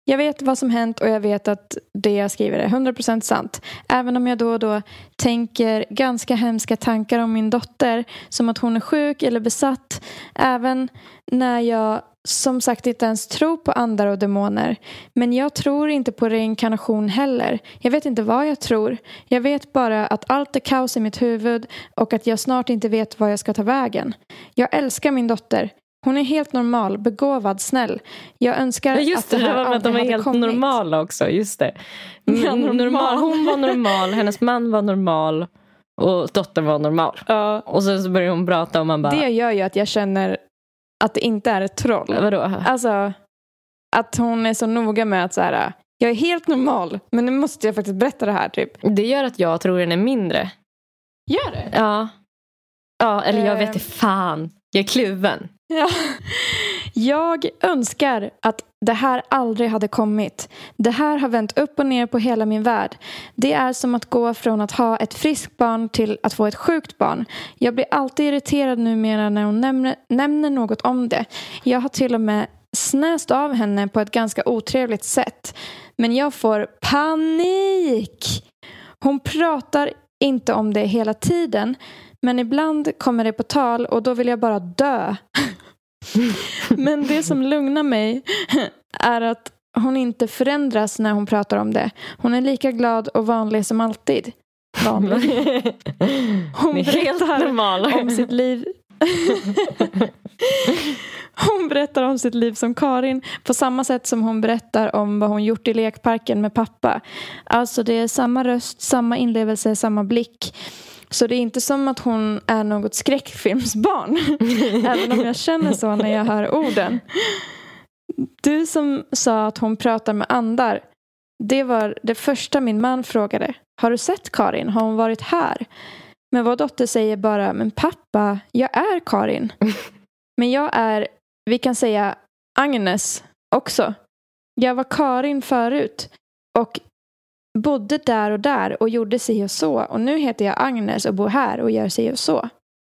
Jag vet vad som hänt och jag vet att det jag skriver är 100% sant. Även om jag då och då tänker ganska hemska tankar om min dotter. Som att hon är sjuk eller besatt. Även när jag som sagt inte ens tror på andar och demoner. Men jag tror inte på reinkarnation heller. Jag vet inte vad jag tror. Jag vet bara att allt är kaos i mitt huvud och att jag snart inte vet vad jag ska ta vägen. Jag älskar min dotter. Hon är helt normal, begåvad, snäll. Jag önskar just det, att det här att de var helt kommit. normala också, just det. Normal. Hon var normal, hennes man var normal och dottern var normal. Och så börjar hon prata och man bara... Det gör ju att jag känner att det inte är ett troll. Vadå? Alltså, att hon är så noga med att så här, jag är helt normal, men nu måste jag faktiskt berätta det här typ. Det gör att jag tror den är mindre. Gör det? Ja. Ja, eller jag vet inte fan. Jag är kluven. Ja. Jag önskar att det här aldrig hade kommit. Det här har vänt upp och ner på hela min värld. Det är som att gå från att ha ett friskt barn till att få ett sjukt barn. Jag blir alltid irriterad numera när hon nämner något om det. Jag har till och med snäst av henne på ett ganska otrevligt sätt. Men jag får panik. Hon pratar inte om det hela tiden. Men ibland kommer det på tal och då vill jag bara dö. Men det som lugnar mig är att hon inte förändras när hon pratar om det. Hon är lika glad och vanlig som alltid. Vanlig. Hon berättar om sitt liv. Hon berättar om sitt liv som Karin på samma sätt som hon berättar om vad hon gjort i lekparken med pappa. Alltså det är samma röst, samma inlevelse, samma blick. Så det är inte som att hon är något skräckfilmsbarn. Även om jag känner så när jag hör orden. Du som sa att hon pratar med andar. Det var det första min man frågade. Har du sett Karin? Har hon varit här? Men vår dotter säger bara, men pappa, jag är Karin. Men jag är, vi kan säga, Agnes också. Jag var Karin förut. Och bodde där och gjorde sig och så. Och nu heter jag Agnes och bor här och gör sig och så.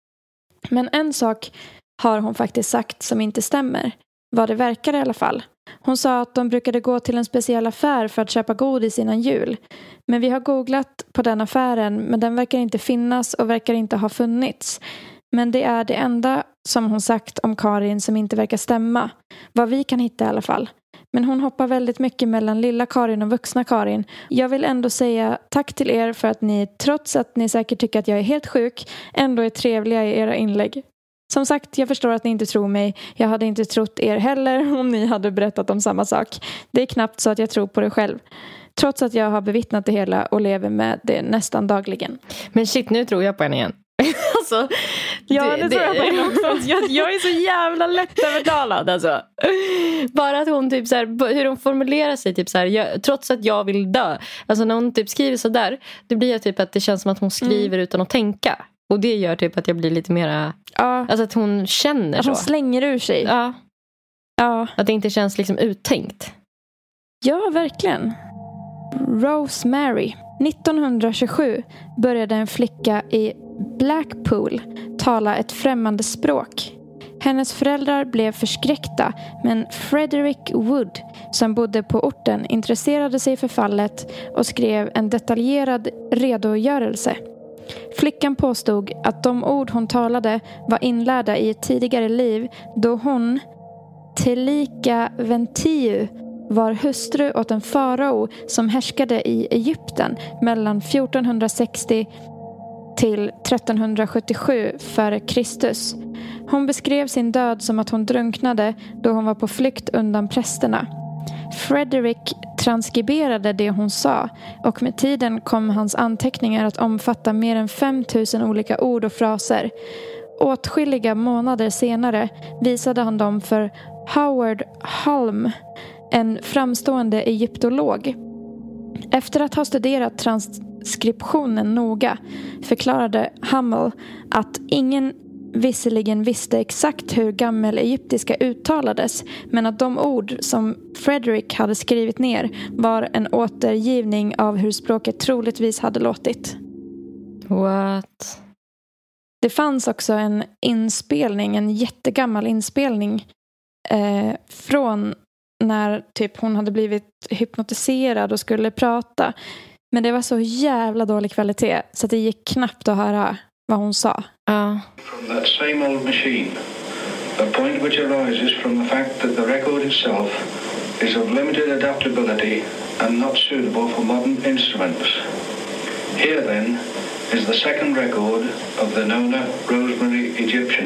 Men en sak har hon faktiskt sagt som inte stämmer. Vad det verkar i alla fall. Hon sa att de brukade gå till en speciell affär för att köpa godis innan jul. Men vi har googlat på den affären, men den verkar inte finnas och verkar inte ha funnits. Men det är det enda som hon sagt om Karin som inte verkar stämma. Vad vi kan hitta i alla fall. Men hon hoppar väldigt mycket mellan lilla Karin och vuxna Karin. Jag vill ändå säga tack till er för att ni, trots att ni säkert tycker att jag är helt sjuk, ändå är trevliga i era inlägg. Som sagt, jag förstår att ni inte tror mig. Jag hade inte trott er heller om ni hade berättat om samma sak. Det är knappt så att jag tror på det själv. Trots att jag har bevittnat det hela och lever med det nästan dagligen. Men shit, nu tror jag på henne igen. Alltså, ja, det tror jag på henne också. Jag är så jävla lättövertalad alltså. Bara att hon typ så här, hur hon formulerar sig typ så här, trots att jag vill dö. Alltså när hon typ skriver så där, det blir typ att det känns som att hon skriver utan att tänka. Och det gör typ att jag blir lite mera, alltså att hon känner att så. Att hon slänger ur sig. Ja. Att det inte känns liksom uttänkt. Ja, verkligen. Rosemary. 1927 började en flicka i Blackpool tala ett främmande språk. Hennes föräldrar blev förskräckta, men Frederick Wood, som bodde på orten, intresserade sig för fallet och skrev en detaljerad redogörelse. Flickan påstod att de ord hon talade var inlärda i ett tidigare liv då hon, tillika Ventiu, var hustru åt en farao som härskade i Egypten mellan 1460 till 1377 före Kristus. Hon beskrev sin död som att hon drunknade då hon var på flykt undan prästerna. Frederick transkriberade det hon sa och med tiden kom hans anteckningar att omfatta mer än 5000 olika ord och fraser. Åtskilliga månader senare visade han dem för Howard Halm, en framstående egyptolog. Efter att ha studerat transkriptionen noga förklarade Hummel att ingen visserligen visste exakt hur gammelegyptiska uttalades, men att de ord som Frederick hade skrivit ner var en återgivning av hur språket troligtvis hade låtit. What? Det fanns också en inspelning, en jättegammal inspelning från när typ hon hade blivit hypnotiserad och skulle prata. Men det var så jävla dålig kvalitet så att det gick knappt att höra vad hon sa. From that same old machine, a point which arises from the fact that the record itself is of limited adaptability and not suitable for modern instruments. Here then is the second record of the Nona Rosemary Egyptian.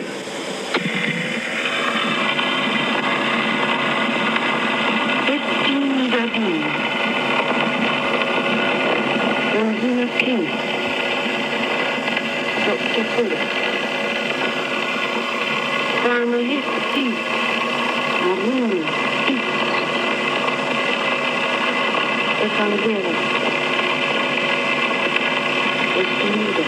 Dr. Fuller. Family East. Marine East. Evangelium. Estimida.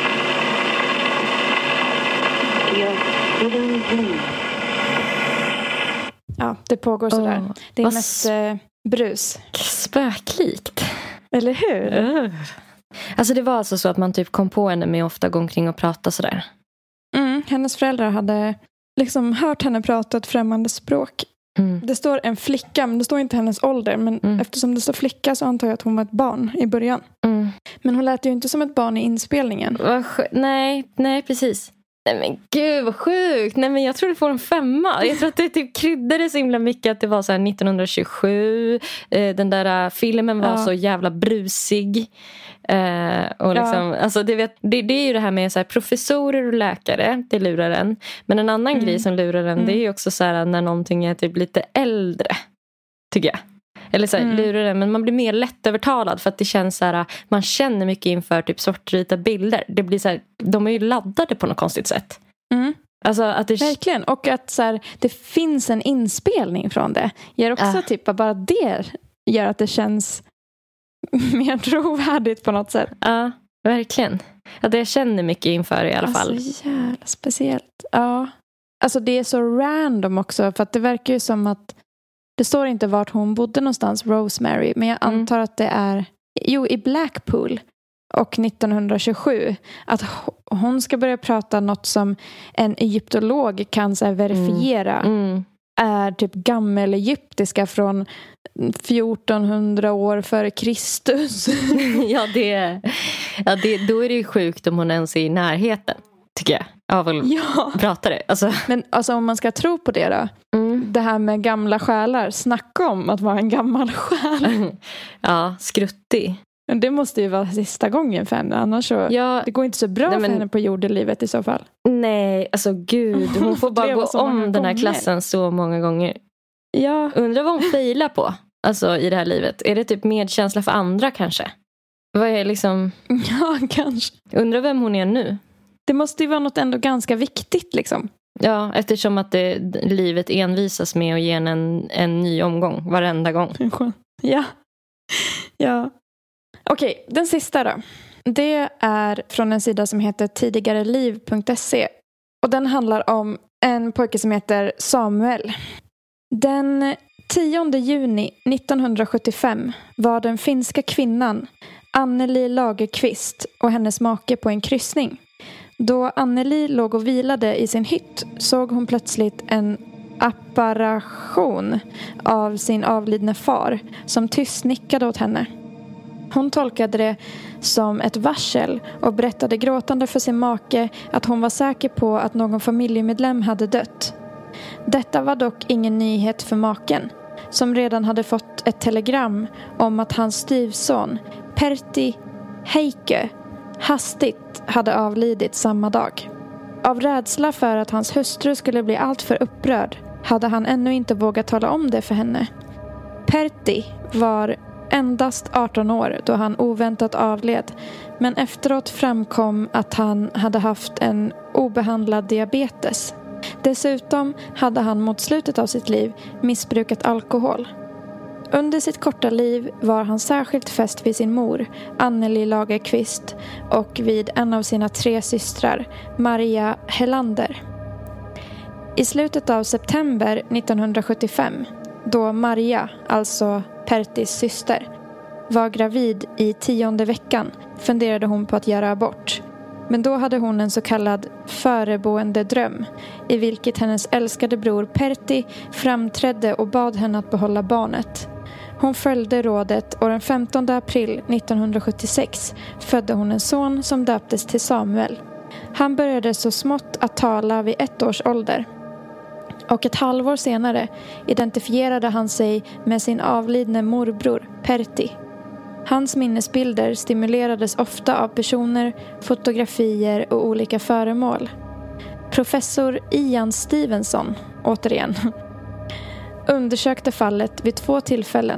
Ja, det pågår sådär. Det är mest brus. Spöklikt. Eller hur? Alltså det var alltså så att man typ kom på henne med ofta gå omkring och prata sådär. Hennes föräldrar hade liksom hört henne prata ett främmande språk. Det står en flicka, men det står inte hennes ålder. Men eftersom det står flicka så antar jag att hon var ett barn i början. Men hon lät ju inte som ett barn i inspelningen. Nej, precis. Nej men gud vad sjukt. Nej men jag tror det får en 5. Jag tror att det typ kryddade så himla mycket att det var så här 1927. Den där filmen var så jävla brusig. Och liksom, alltså det är ju det här med så här, professorer och läkare, det lurar en. Men en annan grej som lurar en, det är ju också så här när någonting är typ lite äldre, tycker jag. Eller så här, lurar en, men man blir mer lättövertalad för att det känns så här, man känner mycket inför typ svartvita bilder. Det blir så här, de är ju laddade på något konstigt sätt. Alltså att det... Verkligen, och att så här, det finns en inspelning från det. Gör också typ bara det gör att det känns mer trovärdigt på något sätt. Ja, verkligen. Ja, det jag känner mycket inför i alla fall. Alltså jävla speciellt. Ja. Alltså det är så random också, för att det verkar ju som att det står inte vart hon bodde någonstans, Rosemary, men jag antar att det är i Blackpool. Och 1927 att hon ska börja prata något som en egyptolog kan så här verifiera är typ gammelegyptiska från 1400 år före Kristus. Då är det ju sjukt om hon ens är i närheten, tycker jag. Pratare. Alltså. Men alltså om man ska tro på det då. Det här med gamla själar. Snacka om att vara en gammal själ. Ja, skruttig. Men det måste ju vara sista gången för henne. Annars så, det går inte så bra för henne på jordelivet i så fall. Nej, alltså gud. Hon får bara gå om den här klassen så många gånger. Ja. Undrar vad hon failar på. Alltså i det här livet. Är det typ medkänsla för andra kanske? Vad är liksom... Ja, kanske. Undrar vem hon är nu. Det måste ju vara något ändå ganska viktigt liksom. Ja, eftersom att livet envisas med att ge en ny omgång varenda gång. Ja. Okej, den sista då. Det är från en sida som heter tidigareliv.se. Och den handlar om en pojke som heter Samuel. Den 10 juni 1975 var den finska kvinnan Anneli Lagerqvist och hennes make på en kryssning. Då Anneli låg och vilade i sin hytt såg hon plötsligt en apparation av sin avlidne far som tyst nickade åt henne. Hon tolkade det som ett varsel och berättade gråtande för sin make att hon var säker på att någon familjemedlem hade dött. Detta var dock ingen nyhet för maken, som redan hade fått ett telegram om att hans styvson Pertti Heikö hastigt hade avlidit samma dag. Av rädsla för att hans hustru skulle bli alltför upprörd hade han ännu inte vågat tala om det för henne. Pertti var endast 18 år då han oväntat avled, men efteråt framkom att han hade haft en obehandlad diabetes. Dessutom hade han mot slutet av sitt liv missbrukat alkohol. Under sitt korta liv var han särskilt fäst vid sin mor, Anneli Lagerqvist, och vid en av sina 3 systrar, Maria Helander. I slutet av september 1975, då Maria, alltså Perttis syster, var gravid i 10:e veckan, funderade hon på att göra abort. Men då hade hon en så kallad förebående dröm, i vilket hennes älskade bror Pertti framträdde och bad henne att behålla barnet. Hon följde rådet och den 15 april 1976 födde hon en son som döptes till Samuel. Han började så smått att tala vid 1 års ålder. Och ett halvår senare identifierade han sig med sin avlidne morbror Pertti. Hans minnesbilder stimulerades ofta av personer, fotografier och olika föremål. Professor Ian Stevenson, återigen, undersökte fallet vid 2 tillfällen,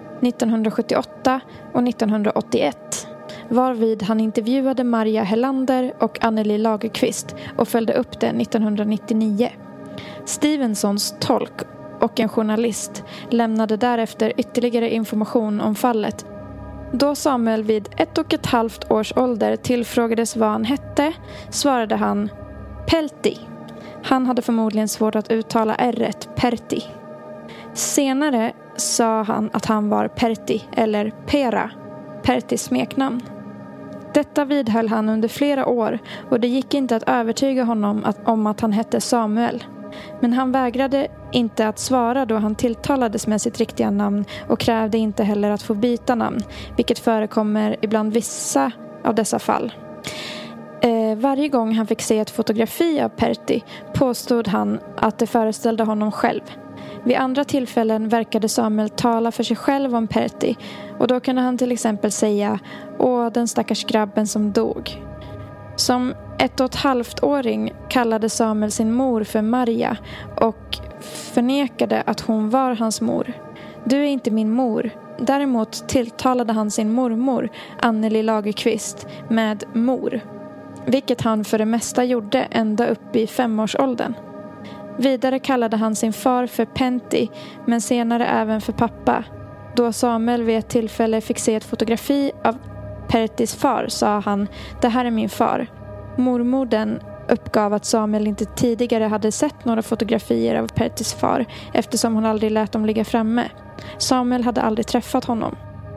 1978 och 1981, varvid han intervjuade Maria Hellander och Anneli Lagerqvist och följde upp det 1999. Stevensons tolk och en journalist lämnade därefter ytterligare information om fallet. Då Samuel vid 1,5 års ålder tillfrågades vad han hette, svarade han Pelti. Han hade förmodligen svårt att uttala r-et, Pertti. Senare sa han att han var Pertti eller Pera, Perttis smeknamn. Detta vidhöll han under flera år och det gick inte att övertyga honom om att han hette Samuel. Men han vägrade inte att svara då han tilltalades med sitt riktiga namn och krävde inte heller att få byta namn, vilket förekommer ibland vissa av dessa fall. Varje gång han fick se ett fotografi av Pertti påstod han att det föreställde honom själv. Vid andra tillfällen verkade Samuel tala för sig själv om Pertti och då kunde han till exempel säga "Åh, den stackars grabben som dog". Som 1,5-åring kallade Samuel sin mor för Maria och förnekade att hon var hans mor. "Du är inte min mor." Däremot tilltalade han sin mormor, Anneli Lagerqvist, med mor, vilket han för det mesta gjorde ända upp i 5-årsåldern. Vidare kallade han sin far för Pentti, men senare även för pappa. Då Samuel vid ett tillfälle fick se ett fotografi av Perttis far sa han "Det här är min far". Mormodern uppgav att Samuel inte tidigare hade sett några fotografier av Perttis far eftersom hon aldrig lät dem ligga framme. Samuel hade aldrig träffat honom.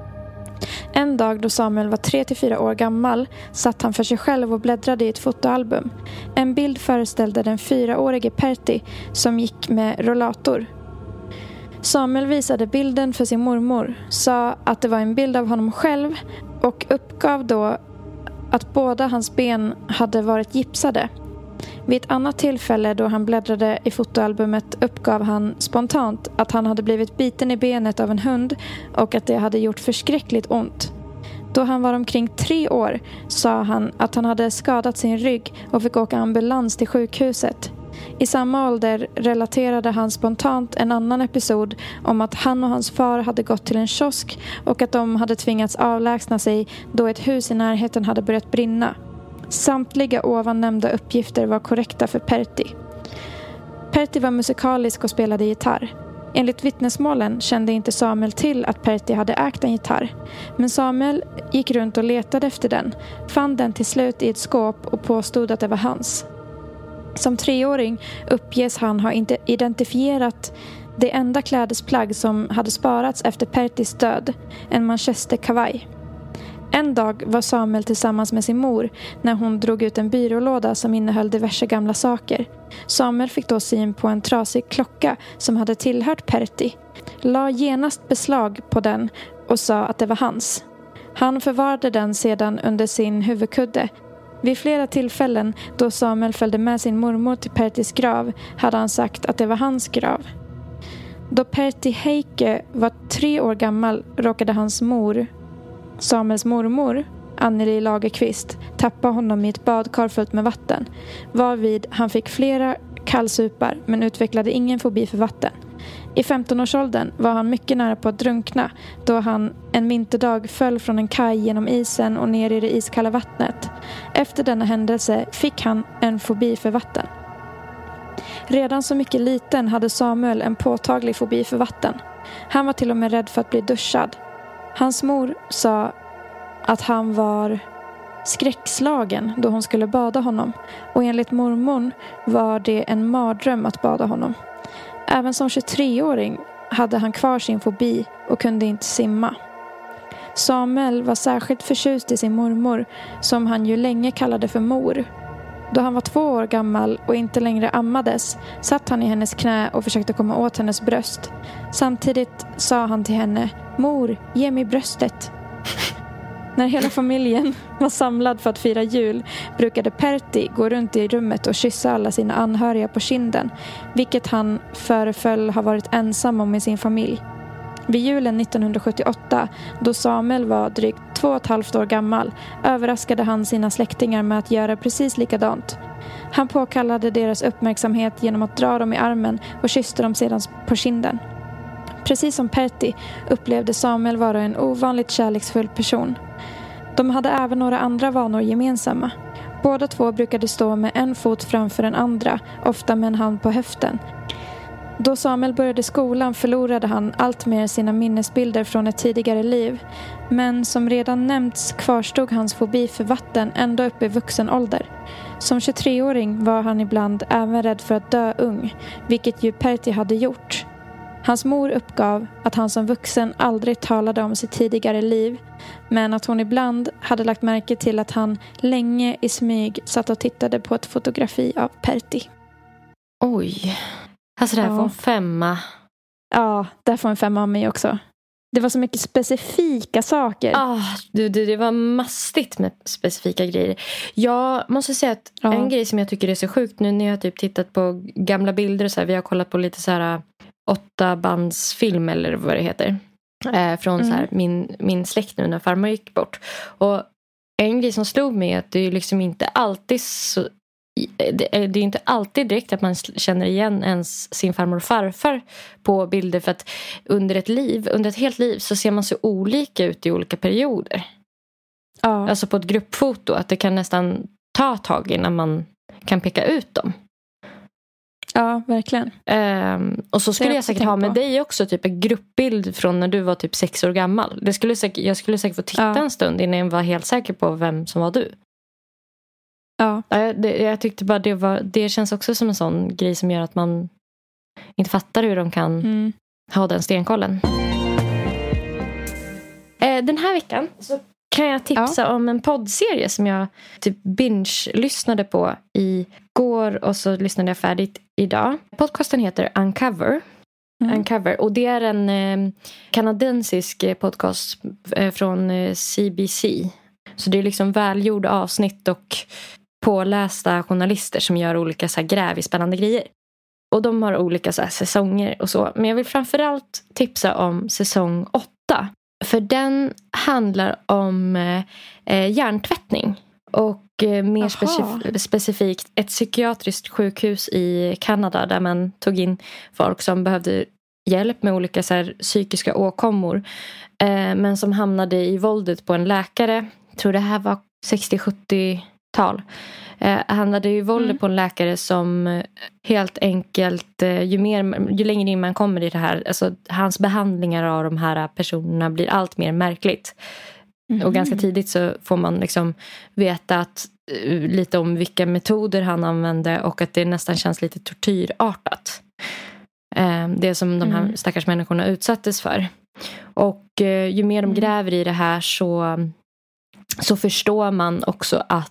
En dag då Samuel var 3-4 år gammal satt han för sig själv och bläddrade i ett fotoalbum. En bild föreställde den 4-årige Pertti som gick med rollator. Samuel visade bilden för sin mormor, sa att det var en bild av honom själv och uppgav då att båda hans ben hade varit gipsade. Vid ett annat tillfälle då han bläddrade i fotoalbumet uppgav han spontant att han hade blivit biten i benet av en hund och att det hade gjort förskräckligt ont. Då han var omkring 3 år sa han att han hade skadat sin rygg och fick åka ambulans till sjukhuset. I samma ålder relaterade han spontant en annan episod om att han och hans far hade gått till en kiosk och att de hade tvingats avlägsna sig då ett hus i närheten hade börjat brinna. Samtliga ovan nämnda uppgifter var korrekta för Pertti. Pertti var musikalisk och spelade gitarr. Enligt vittnesmålen kände inte Samuel till att Pertti hade ägt en gitarr. Men Samuel gick runt och letade efter den, fann den till slut i ett skåp och påstod att det var hans. Som 3-åring uppges han ha inte identifierat det enda klädesplagg som hade sparats efter Perttis död, en manchesterkavaj. En dag var Samuel tillsammans med sin mor när hon drog ut en byrålåda som innehöll diverse gamla saker. Samuel fick då syn på en trasig klocka som hade tillhört Pertti, la genast beslag på den och sa att det var hans. Han förvarade den sedan under sin huvudkudde. Vid flera tillfällen då Samuel följde med sin mormor till Perttis grav hade han sagt att det var hans grav. Då Pertti Heikki var 3 år gammal råkade hans mor, Samuels mormor, Anneli Lagerqvist, tappa honom i ett badkar fullt med vatten, varvid han fick flera kallsupar men utvecklade ingen fobi för vatten. I 15-årsåldern var han mycket nära på att drunkna då han en vinterdag föll från en kaj genom isen och ner i det iskalla vattnet. Efter denna händelse fick han en fobi för vatten. Redan så mycket liten hade Samuel en påtaglig fobi för vatten. Han var till och med rädd för att bli duschad. Hans mor sa att han var skräckslagen då hon skulle bada honom och enligt mormon var det en mardröm att bada honom. Även som 23-åring hade han kvar sin fobi och kunde inte simma. Samuel var särskilt förtjust i sin mormor, som han ju länge kallade för mor. Då han var 2 år gammal och inte längre ammades satt han i hennes knä och försökte komma åt hennes bröst. Samtidigt sa han till henne: "Mor, ge mig bröstet." När hela familjen var samlad för att fira jul brukade Pertti gå runt i rummet och kyssa alla sina anhöriga på kinden, vilket han föreföll ha varit ensam om i sin familj. Vid julen 1978, då Samuel var drygt 2,5 år gammal, överraskade han sina släktingar med att göra precis likadant. Han påkallade deras uppmärksamhet genom att dra dem i armen och kysste dem sedan på kinden. Precis som Pertti upplevde Samuel vara en ovanligt kärleksfull person. De hade även några andra vanor gemensamma. Båda två brukade stå med en fot framför den andra, ofta med en hand på höften. Då Samuel började skolan förlorade han allt mer sina minnesbilder från ett tidigare liv. Men som redan nämnts kvarstod hans fobi för vatten ända upp i vuxen ålder. Som 23-åring var han ibland även rädd för att dö ung, vilket ju Pertti hade gjort. Hans mor uppgav att han som vuxen aldrig talade om sitt tidigare liv, men att hon ibland hade lagt märke till att han länge i smyg satt och tittade på ett fotografi av Pertti. Oj. Alltså det här får en 5. Ja, det får en 5 av mig också. Det var så mycket specifika saker. Det var massigt med specifika grejer. Jag måste säga att en grej som jag tycker är så sjukt nu när jag typ tittat på gamla bilder och så här, vi har kollat på lite så här 8-bandsfilm eller vad det heter. Från så här, min släkt nu när farmor gick bort. Och en grej som slog mig är att det är liksom inte alltid så... Det är inte alltid direkt att man känner igen ens sin farmor och farfar på bilder, för att under ett helt liv så ser man så olika ut i olika perioder. Ja. Alltså på ett gruppfoto att det kan nästan ta ett tag innan man kan peka ut dem. Ja, verkligen. Och så skulle jag säkert ha med dig också typ en gruppbild från när du var typ 6 år gammal. Jag skulle säkert få titta en stund innan jag var helt säker på vem som var du. Ja. Jag tyckte bara det känns också som en sån grej som gör att man inte fattar hur de kan ha den stenkollen. Den här veckan så kan jag tipsa om en poddserie som jag typ binge-lyssnade på igår och så lyssnade jag färdigt idag. Podcasten heter Uncover. Uncover, och det är en kanadensisk podcast från CBC. Så det är liksom välgjorda avsnitt och pålästa journalister som gör olika så här gräv i spännande grejer. Och de har olika så här säsonger och så. Men jag vill framförallt tipsa om säsong 8. För den handlar om hjärntvättning. Och mer specifikt ett psykiatriskt sjukhus i Kanada där man tog in folk som behövde hjälp med olika så här psykiska åkommor. Men som hamnade i våldet på en läkare. Jag tror det här var 60-70-tal. Han hade ju våld på en läkare som helt enkelt ju längre in man kommer i det här, alltså hans behandlingar av de här personerna blir allt mer märkligt. Och ganska tidigt så får man liksom veta att lite om vilka metoder han använde och att det nästan känns lite tortyrartat. Det som de här stackars människorna utsattes för. Och ju mer de gräver i det här så förstår man också att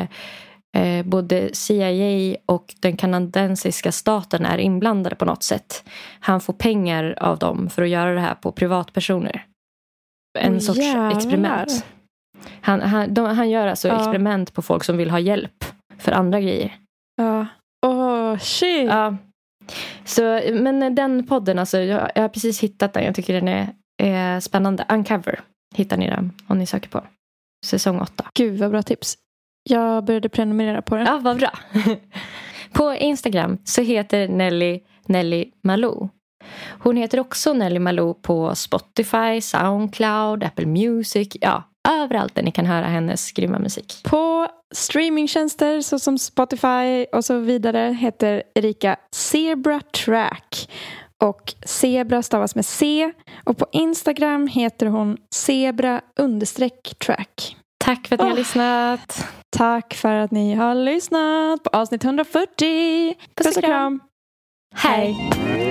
både CIA och den kanadensiska staten är inblandade på något sätt. Han får pengar av dem för att göra det här på privatpersoner. En sorts experiment. Han gör alltså experiment på folk som vill ha hjälp för andra grejer. Ja. Shit. Ja. Så, men den podden, alltså, jag har precis hittat den. Jag tycker den är spännande. Uncover hittar ni den om ni söker på säsong 8. Gud, vad bra tips. Jag började prenumerera på den. Ja, vad bra. På Instagram så heter Nelly Malou. Hon heter också Nelly Malou på Spotify, Soundcloud, Apple Music. Ja, överallt där ni kan höra hennes grymma musik. På streamingtjänster såsom Spotify och så vidare heter Erika Zebra Track. Och Zebra stavas med C. Och på Instagram heter hon Zebra_track. Tack för att ni har lyssnat. Tack för att ni har lyssnat på avsnitt 140. Puss och kram. Hej.